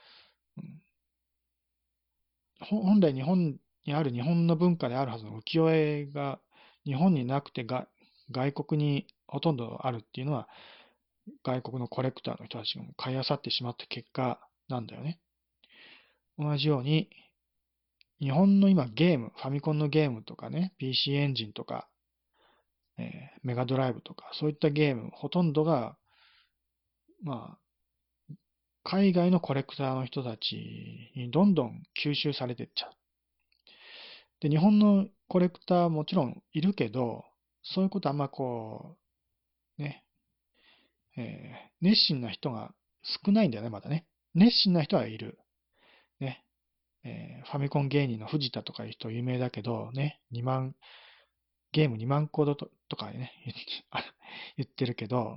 本来日本にある日本の文化であるはずの浮世絵が日本になくて外国にほとんどあるっていうのは、外国のコレクターの人たちが買い漁ってしまった結果なんだよね。同じように、日本の今ゲーム、ファミコンのゲームとかね、PC エンジンとか、メガドライブとか、そういったゲーム、ほとんどが、まあ、海外のコレクターの人たちにどんどん吸収されていっちゃう。で、日本のコレクターもちろんいるけど、そういうことあんまこう、ね、熱心な人が少ないんだよね、まだね。熱心な人はいる。ね。ファミコン芸人の藤田とかいう人有名だけど、ね、ゲーム2万コードとかね、言ってるけど、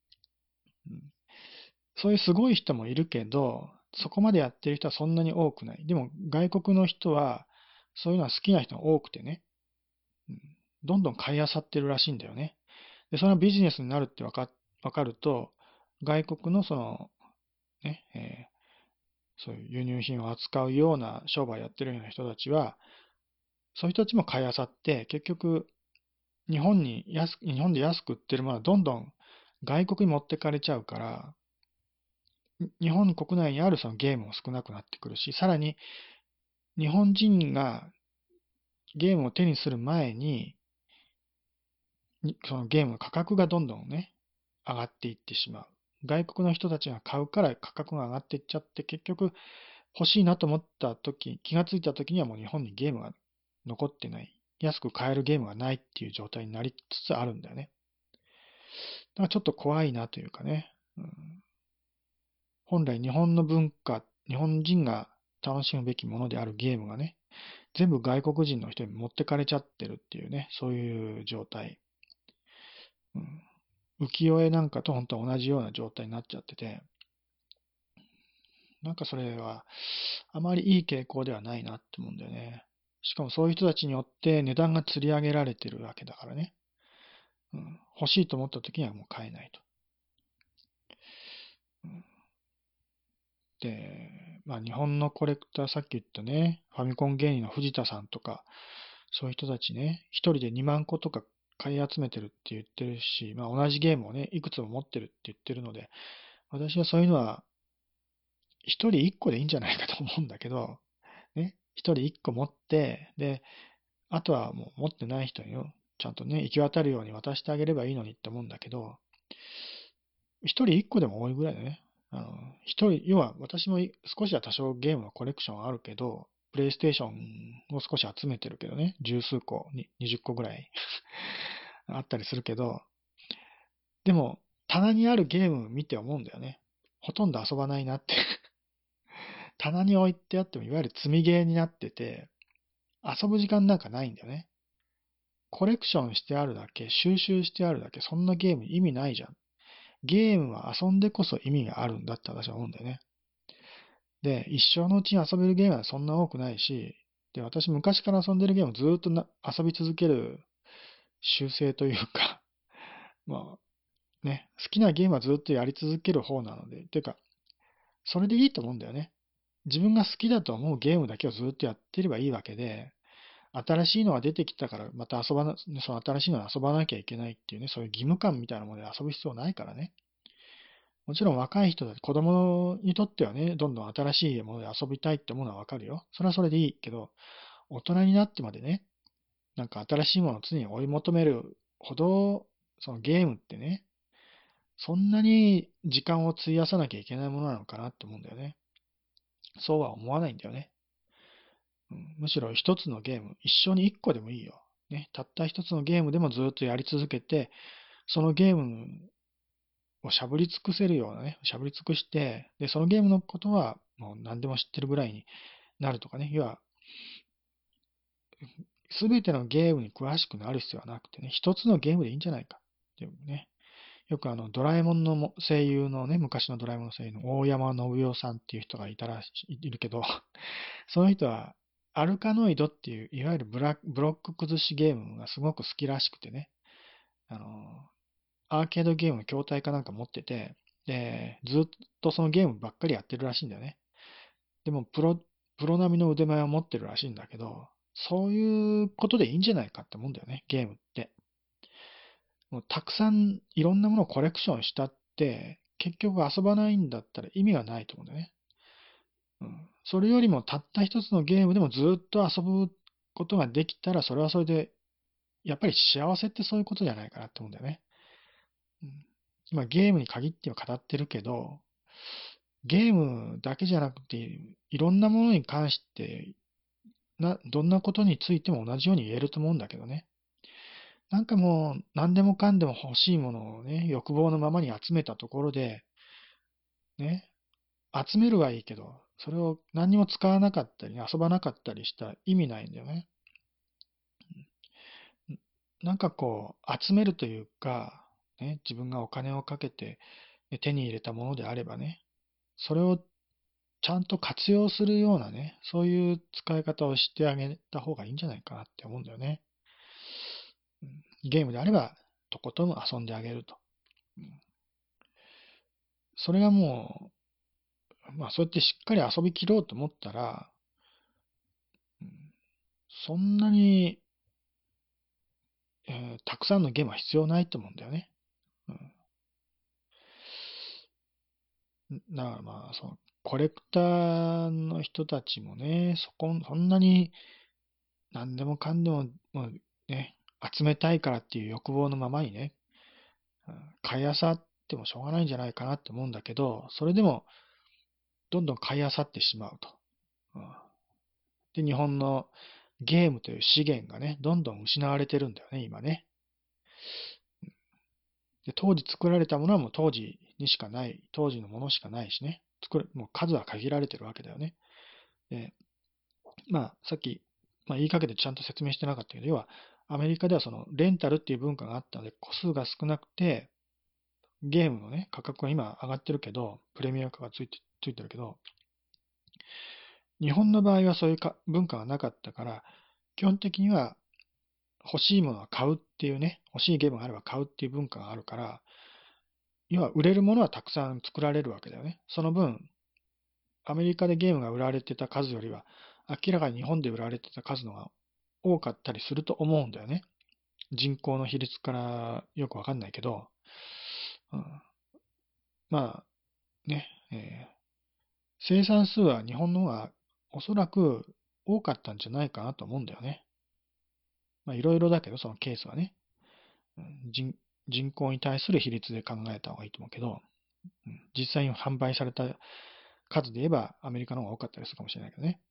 そういうすごい人もいるけど、そこまでやってる人はそんなに多くない。でも外国の人は、そういうのは好きな人が多くてね、どんどん買い漁ってるらしいんだよね。で、それがビジネスになるってわかると、外国のその、ね、そういう輸入品を扱うような商売やってるような人たちは、そういう人たちも買い漁って、結局、日本で安く売ってるものはどんどん外国に持ってかれちゃうから、日本国内にあるそのゲームも少なくなってくるし、さらに日本人がゲームを手にする前に、そのゲームの価格がどんどんね、上がっていってしまう。外国の人たちが買うから価格が上がっていっちゃって、結局欲しいなと思った時、気がついた時にはもう日本にゲームが残ってない。安く買えるゲームがないっていう状態になりつつあるんだよね。だからちょっと怖いなというかね。本来日本の文化、日本人が楽しむべきものであるゲームがね、全部外国人の人に持ってかれちゃってるっていうね、そういう状態。浮世絵なんかと本当は同じような状態になっちゃってて、なんかそれはあまりいい傾向ではないなって思うんだよね。しかもそういう人たちによって値段が釣り上げられてるわけだからね。欲しいと思った時にはもう買えないと。で、まあ日本のコレクター、さっき言ったね、ファミコン芸人の藤田さんとか、そういう人たちね、一人で2万個とか買い集めてるって言ってるし、まあ同じゲームをね、いくつも持ってるって言ってるので、私はそういうのは一人一個でいいんじゃないかと思うんだけど、ね、一人一個持って、で、あとはもう持ってない人にちゃんとね、行き渡るように渡してあげればいいのにって思うんだけど、一人一個でも多いぐらいだね。一人、要は私も少しは多少ゲームのコレクションあるけど、プレイステーションを少し集めてるけどね、十数個、20個ぐらいあったりするけど、でも、棚にあるゲーム見て思うんだよね。ほとんど遊ばないなって棚に置いてあっても、いわゆる積みゲーになってて、遊ぶ時間なんかないんだよね。コレクションしてあるだけ、収集してあるだけ、そんなゲーム意味ないじゃん。ゲームは遊んでこそ意味があるんだって私は思うんだよね。で、一生のうちに遊べるゲームはそんな多くないし、で、私昔から遊んでるゲームをずーっと遊び続ける習性というか、まあね、好きなゲームはずっとやり続ける方なので、ていうか、それでいいと思うんだよね。自分が好きだと思うゲームだけをずっとやってればいいわけで、新しいのが出てきたからまたその新しいのに遊ばなきゃいけないっていうね、そういう義務感みたいなもので遊ぶ必要ないからね。もちろん若い人だ、子供にとってはね、どんどん新しいもので遊びたいって思うのはわかるよ。それはそれでいいけど、大人になってまでね、なんか新しいものを常に追い求めるほど、そのゲームってね、そんなに時間を費やさなきゃいけないものなのかなって思うんだよね。そうは思わないんだよね。むしろ一つのゲーム、一生に一個でもいいよ。ね、たった一つのゲームでもずっとやり続けて、そのゲームをしゃぶり尽くせるようなね、しゃぶり尽くして、で、そのゲームのことはもう何でも知ってるぐらいになるとかね、要は、すべてのゲームに詳しくなる必要はなくてね、一つのゲームでいいんじゃないかっていうね、 よくドラえもんの声優のね、昔のドラえもんの声優の大山信代さんっていう人がいるけど、その人は、アルカノイドっていう、いわゆるブロック崩しゲームがすごく好きらしくてね、あの、アーケードゲームの筐体かなんか持ってて、で、ずっとそのゲームばっかりやってるらしいんだよね。でも、プロ並みの腕前を持ってるらしいんだけど、そういうことでいいんじゃないかって思うんだよね、ゲームって。もうたくさんいろんなものをコレクションしたって、結局遊ばないんだったら意味がないと思うんだよね。うん。それよりもたった一つのゲームでもずっと遊ぶことができたら、それはそれで、やっぱり幸せってそういうことじゃないかなって思うんだよね。うん。今ゲームに限っては語ってるけど、ゲームだけじゃなくて、いろんなものに関して、どんなことについても同じように言えると思うんだけどね。なんかもう、何でもかんでも欲しいものをね、欲望のままに集めたところで、ね、集めるはいいけど、それを何にも使わなかったり、遊ばなかったりしたら意味ないんだよね。なんかこう、集めるというか、ね、自分がお金をかけて手に入れたものであればね、それをちゃんと活用するようなね、そういう使い方をしてあげた方がいいんじゃないかなって思うんだよね。ゲームであれば、とことん遊んであげると。それがもう、まあそうやってしっかり遊びきろうと思ったら、そんなに、たくさんのゲームは必要ないと思うんだよね。だからまあ、コレクターの人たちもね、そんなに何でもかんでも、もうね、集めたいからっていう欲望のままにね、買い漁ってもしょうがないんじゃないかなって思うんだけど、それでもどんどん買い漁ってしまうと。で、日本のゲームという資源がね、どんどん失われてるんだよね、今ね。で、当時作られたものはもう当時にしかない、当時のものしかないしね。もう数は限られてるわけだよね。で、まあ、さっき、まあ、言いかけてちゃんと説明してなかったけど、要は、アメリカではそのレンタルっていう文化があったので、個数が少なくて、ゲームのね、価格は今上がってるけど、プレミア価がついてるけど、日本の場合はそういう文化がなかったから、基本的には欲しいものは買うっていうね、欲しいゲームがあれば買うっていう文化があるから、要は売れるものはたくさん作られるわけだよね。その分、アメリカでゲームが売られてた数よりは、明らかに日本で売られてた数のが多かったりすると思うんだよね。人口の比率からよくわかんないけど、うん、まあね、生産数は日本の方がおそらく多かったんじゃないかなと思うんだよね。まあいろいろだけど、そのケースはね、人口に対する比率で考えた方がいいと思うけど、実際に販売された数で言えばアメリカの方が多かったりするかもしれないけどね。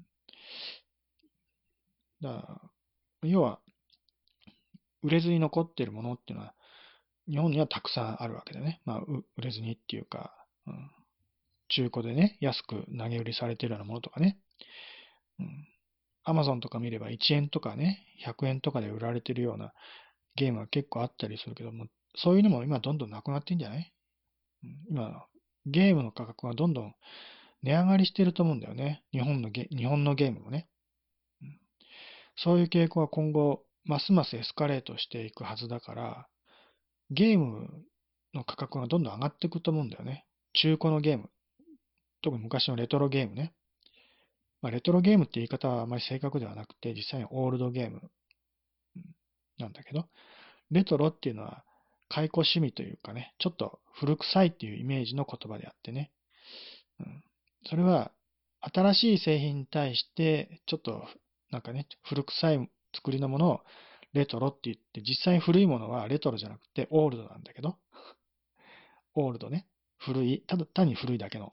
だから要は、売れずに残っているものっていうのは、日本にはたくさんあるわけだよね。まあ、売れずにっていうか、中古でね、安く投げ売りされているようなものとかね。アマゾンとか見れば1円とかね、100円とかで売られているようなゲームが結構あったりするけども、そういうのも今どんどんなくなってんじゃない？今、ゲームの価格がどんどん値上がりしてると思うんだよね。日本のゲームもね。そういう傾向は今後、ますますエスカレートしていくはずだから、ゲームの価格がどんどん上がっていくと思うんだよね。中古のゲーム。特に昔のレトロゲームね。まあ、レトロゲームって言い方はあまり正確ではなくて、実際にオールドゲームなんだけど、レトロっていうのは解雇趣味というかね、ちょっと古臭いっていうイメージの言葉であってね。それは新しい製品に対して、ちょっとなんかね、古臭い作りのものをレトロって言って、実際に古いものはレトロじゃなくてオールドなんだけど、オールドね。古い、ただ単に古いだけの。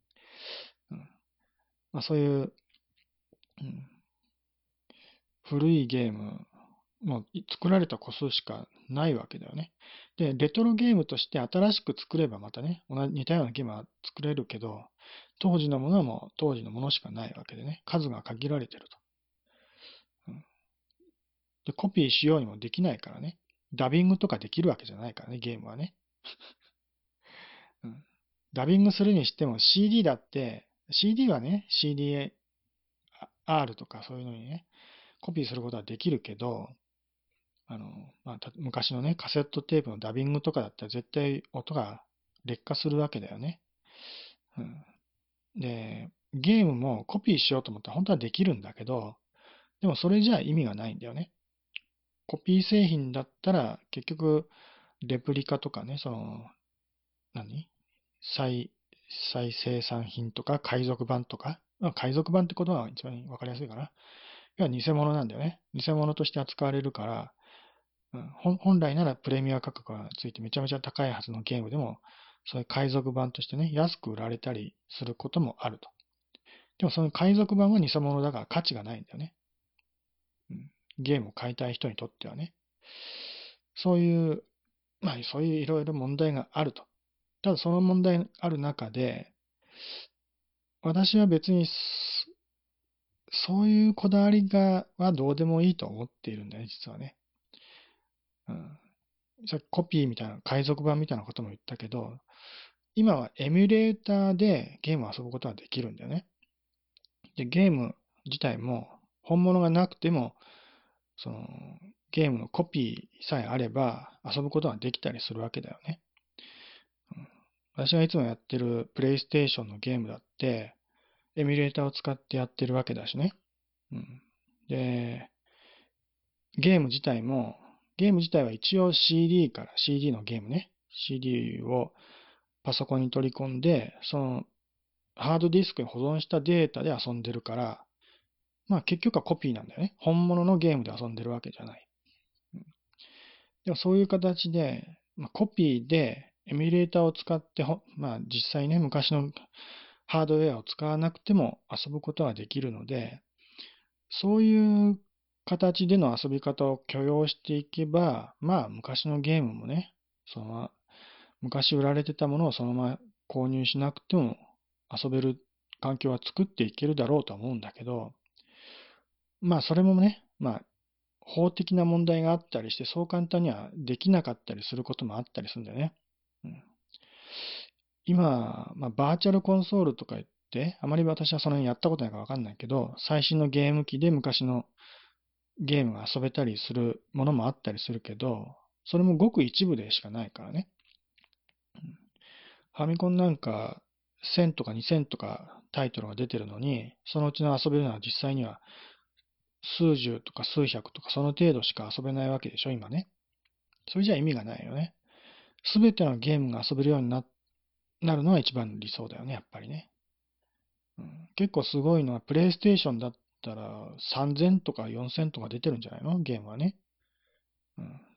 まあ、そういう、うん、古いゲーム、もう作られた個数しかないわけだよね。で、レトロゲームとして新しく作ればまたね、似たようなゲームは作れるけど、当時のものはもう当時のものしかないわけでね、数が限られてると。で、コピーしようにもできないからね。ダビングとかできるわけじゃないからね、ゲームはね。 うん。ダビングするにしても CD だって、CD はね、CDR とかそういうのにね、コピーすることはできるけど、昔のね、カセットテープのダビングとかだったら絶対音が劣化するわけだよね。うん。で、ゲームもコピーしようと思ったら本当はできるんだけど、でもそれじゃ意味がないんだよね。コピー製品だったら結局レプリカとかね、何再、再生産品とか海賊版とか、海賊版ってことは一番わかりやすいかな。要は偽物なんだよね。偽物として扱われるから、本来ならプレミア価格がついてめちゃめちゃ高いはずのゲームでも、そういう海賊版としてね、安く売られたりすることもあると。でもその海賊版は偽物だから価値がないんだよね。うん、ゲームを買いたい人にとってはね。そういう、そういういろいろ問題があると。ただその問題がある中で、私は別にそういうこだわりはどうでもいいと思っているんだよね、実はね。うん、さっきコピーみたいな、海賊版みたいなことも言ったけど、今はエミュレーターでゲームを遊ぶことができるんだよね。で、ゲーム自体も本物がなくても、そのゲームのコピーさえあれば遊ぶことができたりするわけだよね。うん、私がいつもやってるプレイステーションのゲームだって、エミュレーターを使ってやってるわけだしね。うん、で、ゲーム自体は一応 CD のゲームね。CD をパソコンに取り込んで、そのハードディスクに保存したデータで遊んでるから、結局はコピーなんだよね。本物のゲームで遊んでるわけじゃない。うん、でもそういう形で、コピーでエミュレーターを使って実際ね、昔のハードウェアを使わなくても遊ぶことができるので、そういう形での遊び方を許容していけば、昔のゲームもね、そのまま昔売られてたものをそのまま購入しなくても遊べる環境は作っていけるだろうとは思うんだけど、それもね、法的な問題があったりして、そう簡単にはできなかったりすることもあったりするんだよね。うん、今、バーチャルコンソールとか言って、あまり私はその辺やったことないからわかんないけど、最新のゲーム機で昔のゲームが遊べたりするものもあったりするけど、それもごく一部でしかないからね。うん、ファミコンなんか1000とか2000とかタイトルが出てるのに、そのうちの遊べるのは実際には数十とか数百とかその程度しか遊べないわけでしょ、今ね。それじゃ意味がないよね。すべてのゲームが遊べるようになるのは一番の理想だよね、やっぱりね。うん、結構すごいのは、プレイステーションだったら3000とか4000とか出てるんじゃないのゲームはね。うん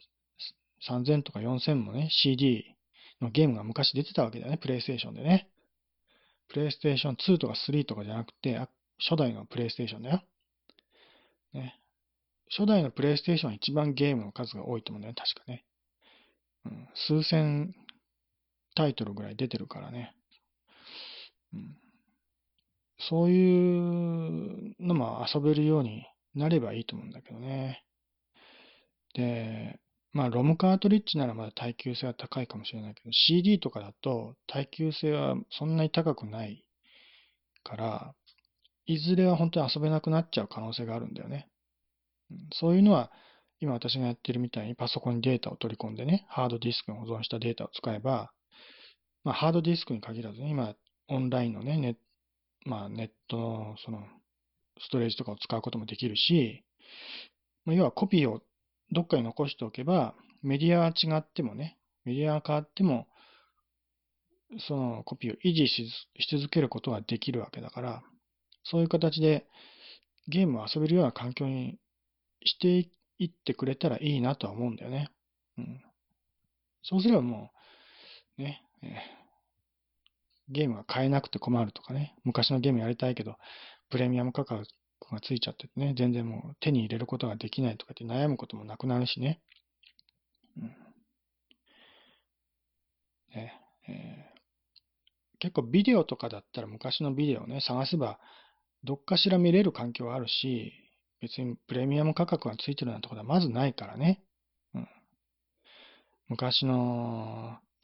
、3000とか4000もね、CD のゲームが昔出てたわけだよね、プレイステーションでね。プレイステーション2とか3とかじゃなくて、初代のプレイステーションだよ。ね。初代のプレイステーションは一番ゲームの数が多いと思うんだよね、確かね。うん、数千タイトルぐらい出てるからね。うん、そういうのも遊べるようになればいいと思うんだけどね。で、ロムカートリッジならまだ耐久性は高いかもしれないけど、CD とかだと耐久性はそんなに高くないから、いずれは本当に遊べなくなっちゃう可能性があるんだよね。そういうのは、今私がやってるみたいにパソコンにデータを取り込んでね、ハードディスクに保存したデータを使えば、ハードディスクに限らずね、今、オンラインのね、ネットのストレージとかを使うこともできるし、要はコピーをどっかに残しておけば、メディアは違ってもね、メディアが変わっても、そのコピーを維持し続けることができるわけだから、そういう形でゲームを遊べるような環境にしていってくれたらいいなとは思うんだよね。うん。そうすればもう、ね、ゲームが買えなくて困るとかね、昔のゲームやりたいけど、プレミアム価格がついちゃっててね、全然もう手に入れることができないとかって悩むこともなくなるしね。うん、ね結構ビデオとかだったら昔のビデオをね、探せばどっかしら見れる環境はあるし、別にプレミアム価格がついてるようなところはまずないからね。うん、昔の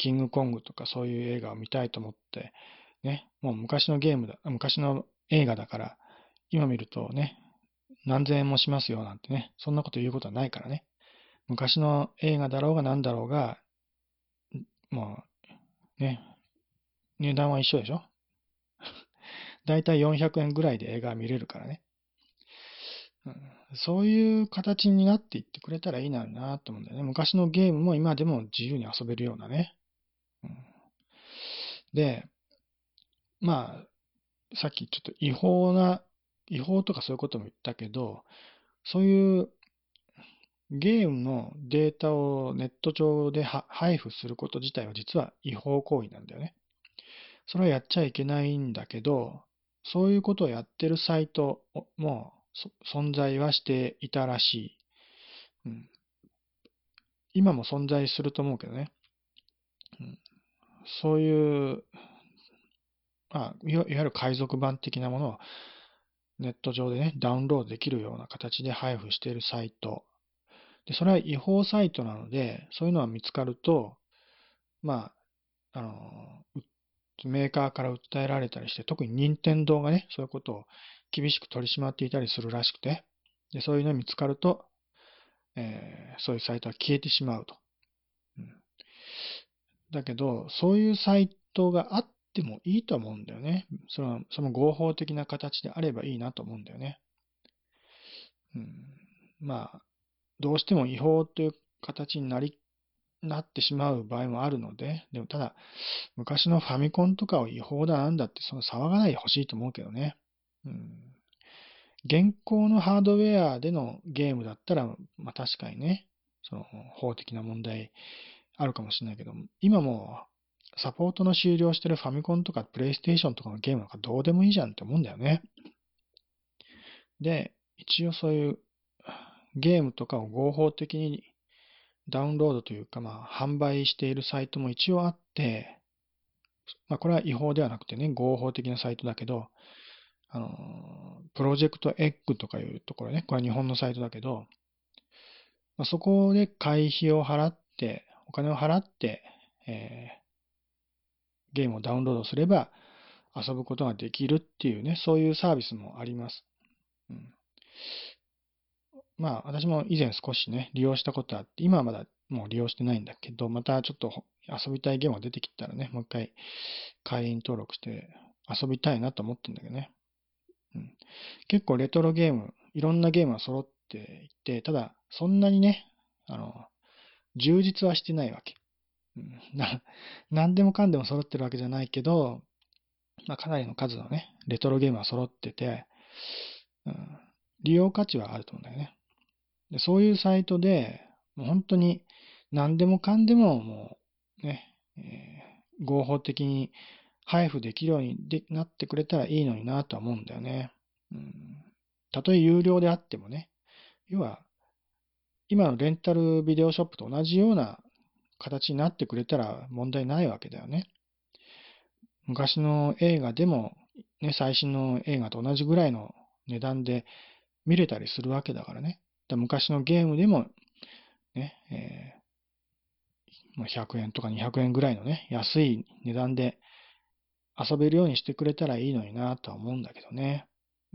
キングコングとかそういう映画を見たいと思って、ね、もう昔の昔の映画だから、今見るとね、何千円もしますよなんてね、そんなこと言うことはないからね。昔の映画だろうが何だろうが、もうね、値段は一緒でしょ。だいたい400円ぐらいで映画見れるからね。うん、そういう形になっていってくれたらいいなと思うんだよね。昔のゲームも今でも自由に遊べるようなね。うん、で、まあ、さっきちょっと違法とかそういうことも言ったけど、そういうゲームのデータをネット上で配布すること自体は実は違法行為なんだよね。それはやっちゃいけないんだけど、そういうことをやってるサイトも存在はしていたらしい。うん、今も存在すると思うけどね。うん、そういう、まあ、いわゆる海賊版的なものをネット上でね、ダウンロードできるような形で配布しているサイト。で、それは違法サイトなので、そういうのが見つかると、まあ、メーカーから訴えられたりして、特に任天堂がね、そういうことを厳しく取り締まっていたりするらしくて、で、そういうのが見つかると、そういうサイトは消えてしまうと。うん、だけど、そういうサイトがあってもいいと思うんだよね。その合法的な形であればいいなと思うんだよね。うん、まあ、どうしても違法という形になってしまう場合もあるので、でもただ、昔のファミコンとかを違法だなんだってその騒がないでほしいと思うけどね。うん、現行のハードウェアでのゲームだったら、まあ確かにね、その法的な問題あるかもしれないけど、今もサポートの終了してるファミコンとかプレイステーションとかのゲームなんかどうでもいいじゃんって思うんだよね。で、一応そういうゲームとかを合法的にダウンロードというか、まあ、販売しているサイトも一応あって、まあ、これは違法ではなくてね、合法的なサイトだけど、プロジェクトエッグとかいうところね、これは日本のサイトだけど、まあ、そこで会費を払って、お金を払って、ゲームをダウンロードすれば遊ぶことができるっていうね、そういうサービスもあります。うん、まあ、私も以前少しね、利用したことあって、今はまだもう利用してないんだけど、またちょっと遊びたいゲームが出てきたらね、もう一回会員登録して遊びたいなと思ってるんだけどね。うん、結構レトロゲーム、いろんなゲームが揃っていて、ただ、そんなにね、あの、充実はしてないわけ。うん、何でもかんでも揃ってるわけじゃないけど、まあ、かなりの数のね、レトロゲームは揃ってて、うん、利用価値はあると思うんだよね。で、そういうサイトで、もう本当に何でもかんでももうね、合法的に配布できるようになってくれたらいいのになとは思うんだよね。うん、たとえ有料であってもね、要は今のレンタルビデオショップと同じような形になってくれたら問題ないわけだよね。昔の映画でも、ね、最新の映画と同じぐらいの値段で見れたりするわけだからね。昔のゲームでもね、もう100円とか200円ぐらいのね、安い値段で遊べるようにしてくれたらいいのになとは思うんだけどね。うん、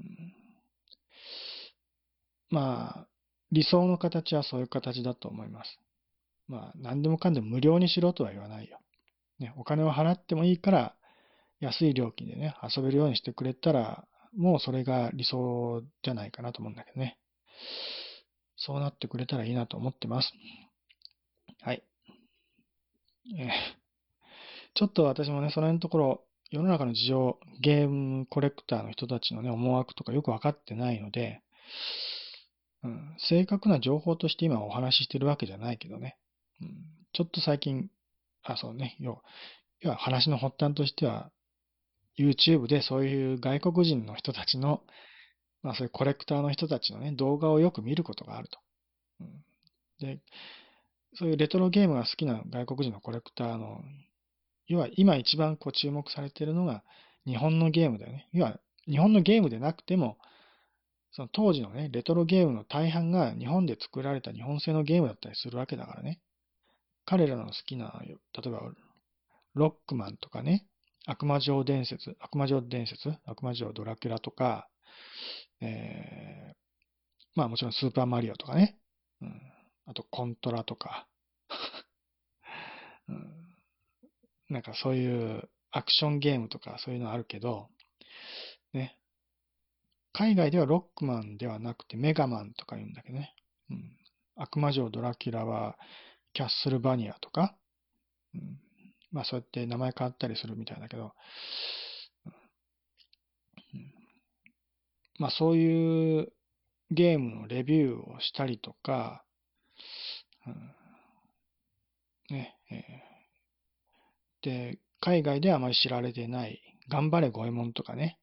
まあ、理想の形はそういう形だと思います。まあ、何でもかんでも無料にしろとは言わないよ。ね、お金を払ってもいいから、安い料金でね、遊べるようにしてくれたら、もうそれが理想じゃないかなと思うんだけどね。そうなってくれたらいいなと思ってます。はい。えーちょっと私もね、その辺のところ、世の中の事情、ゲームコレクターの人たちのね、思惑とかよくわかってないので、うん、正確な情報として今お話ししてるわけじゃないけどね。うん、ちょっと最近、そうね、要は話の発端としては、YouTube でそういう外国人の人たちの、まあそういうコレクターの人たちのね、動画をよく見ることがあると。うん、で、そういうレトロゲームが好きな外国人のコレクターの、要は今一番こう注目されているのが日本のゲームだよね。要は日本のゲームでなくても、その当時のね、レトロゲームの大半が日本で作られた日本製のゲームだったりするわけだからね。彼らの好きな、例えばロックマンとかね、悪魔城悪魔城ドラキュラとか、まあもちろんスーパーマリオとかね、あとコントラとか、なんかそういうアクションゲームとかそういうのあるけど、ね、海外ではロックマンではなくてメガマンとか言うんだけどね、悪魔城ドラキュラはキャッスルバニアとか、まあそうやって名前変わったりするみたいだけど、まあそういうゲームのレビューをしたりとか、ね、で、海外ではあまり知られてない頑張れゴエモンとかね、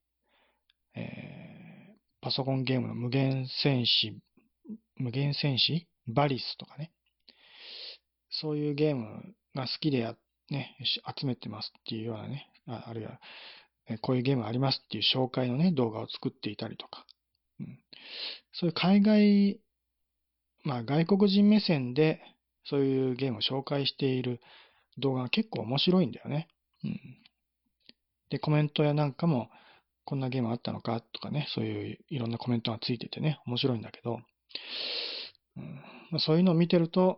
パソコンゲームの無限戦士バリスとかね、そういうゲームが好きでね、集めてますっていうようなね、あるいは、こういうゲームありますっていう紹介のね、動画を作っていたりとか、そういう海外、まあ外国人目線でそういうゲームを紹介している動画が結構面白いんだよね。で、コメントやなんかも、こんなゲームあったのかとかね、そういういろんなコメントがついててね、面白いんだけど、そういうのを見てると、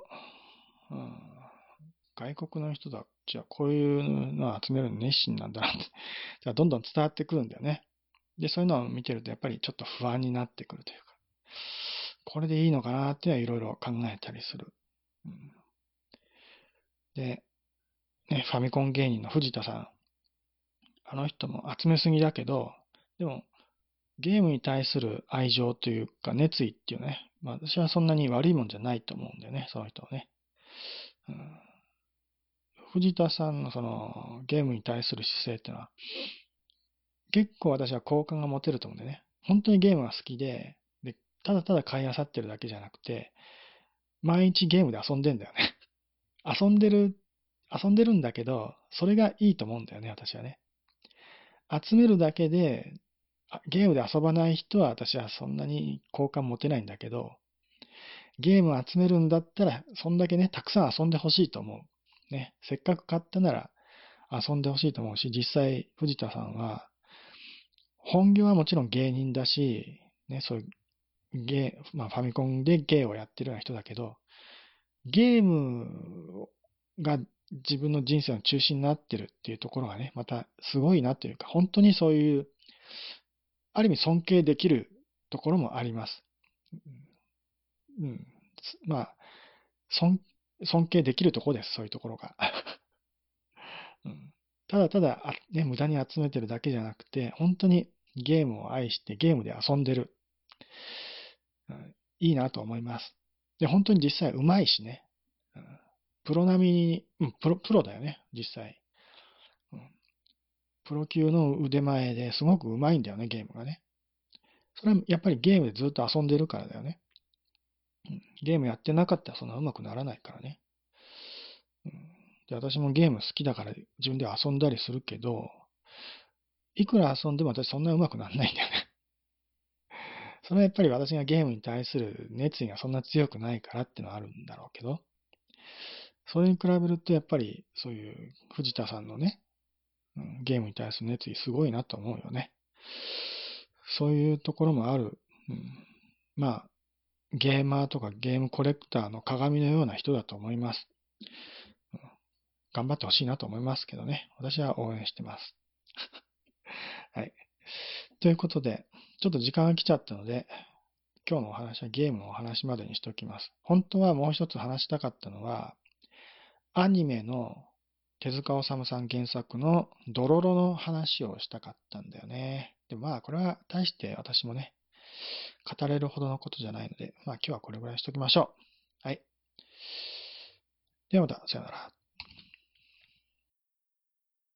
外国の人たちはこういうのを集めるの熱心なんだなって、じゃあどんどん伝わってくるんだよね。で、そういうのを見てるとやっぱりちょっと不安になってくるというか、これでいいのかなっていうのはいろいろ考えたりする。で、ね、ファミコン芸人の藤田さん。あの人も集めすぎだけど、でもゲームに対する愛情というか熱意っていうね、まあ私はそんなに悪いもんじゃないと思うんだよね、その人はね。藤田さんのそのゲームに対する姿勢っていうのは結構私は好感が持てると思うんだよね。本当にゲームが好きで、ただただ買い漁ってるだけじゃなくて、毎日ゲームで遊んでんだよね。遊んでるんだけど、それがいいと思うんだよね、私はね。集めるだけで、ゲームで遊ばない人は私はそんなに好感持てないんだけど、ゲームを集めるんだったら、そんだけね、たくさん遊んでほしいと思う。ね、せっかく買ったなら遊んでほしいと思うし、実際、藤田さんは、本業はもちろん芸人だし、ね、そういうまあファミコンで芸をやってるような人だけど、ゲームが自分の人生の中心になってるっていうところがね、またすごいなというか、本当にそういう、ある意味尊敬できるところもあります。うん。まあ、尊敬できるところです、そういうところが。うん、ただただ、ね、無駄に集めてるだけじゃなくて、本当にゲームを愛してゲームで遊んでる。いいなと思います。で、本当に実際うまいしね。プロ並みに、プロだよね、実際。プロ級の腕前ですごくうまいんだよね、ゲームがね。それはやっぱりゲームでずっと遊んでるからだよね。ゲームやってなかったらそんな上手くならないからね。で、私もゲーム好きだから自分で遊んだりするけど、いくら遊んでも私そんな上手くならないんだよね。それはやっぱり私がゲームに対する熱意がそんな強くないからっていうのはあるんだろうけど、それに比べるとやっぱりそういう藤田さんのね、ゲームに対する熱意すごいなと思うよね。そういうところもある。まあ、ゲーマーとかゲームコレクターの鏡のような人だと思います。頑張ってほしいなと思いますけどね。私は応援してます。はい。ということで、ちょっと時間が来ちゃったので、今日のお話はゲームのお話までにしておきます。本当はもう一つ話したかったのは、アニメの手塚治虫さん原作のドロロの話をしたかったんだよね。で、まあ、これは大して私もね、語れるほどのことじゃないので、まあ今日はこれぐらいにしときましょう。はい。ではまた、さよなら。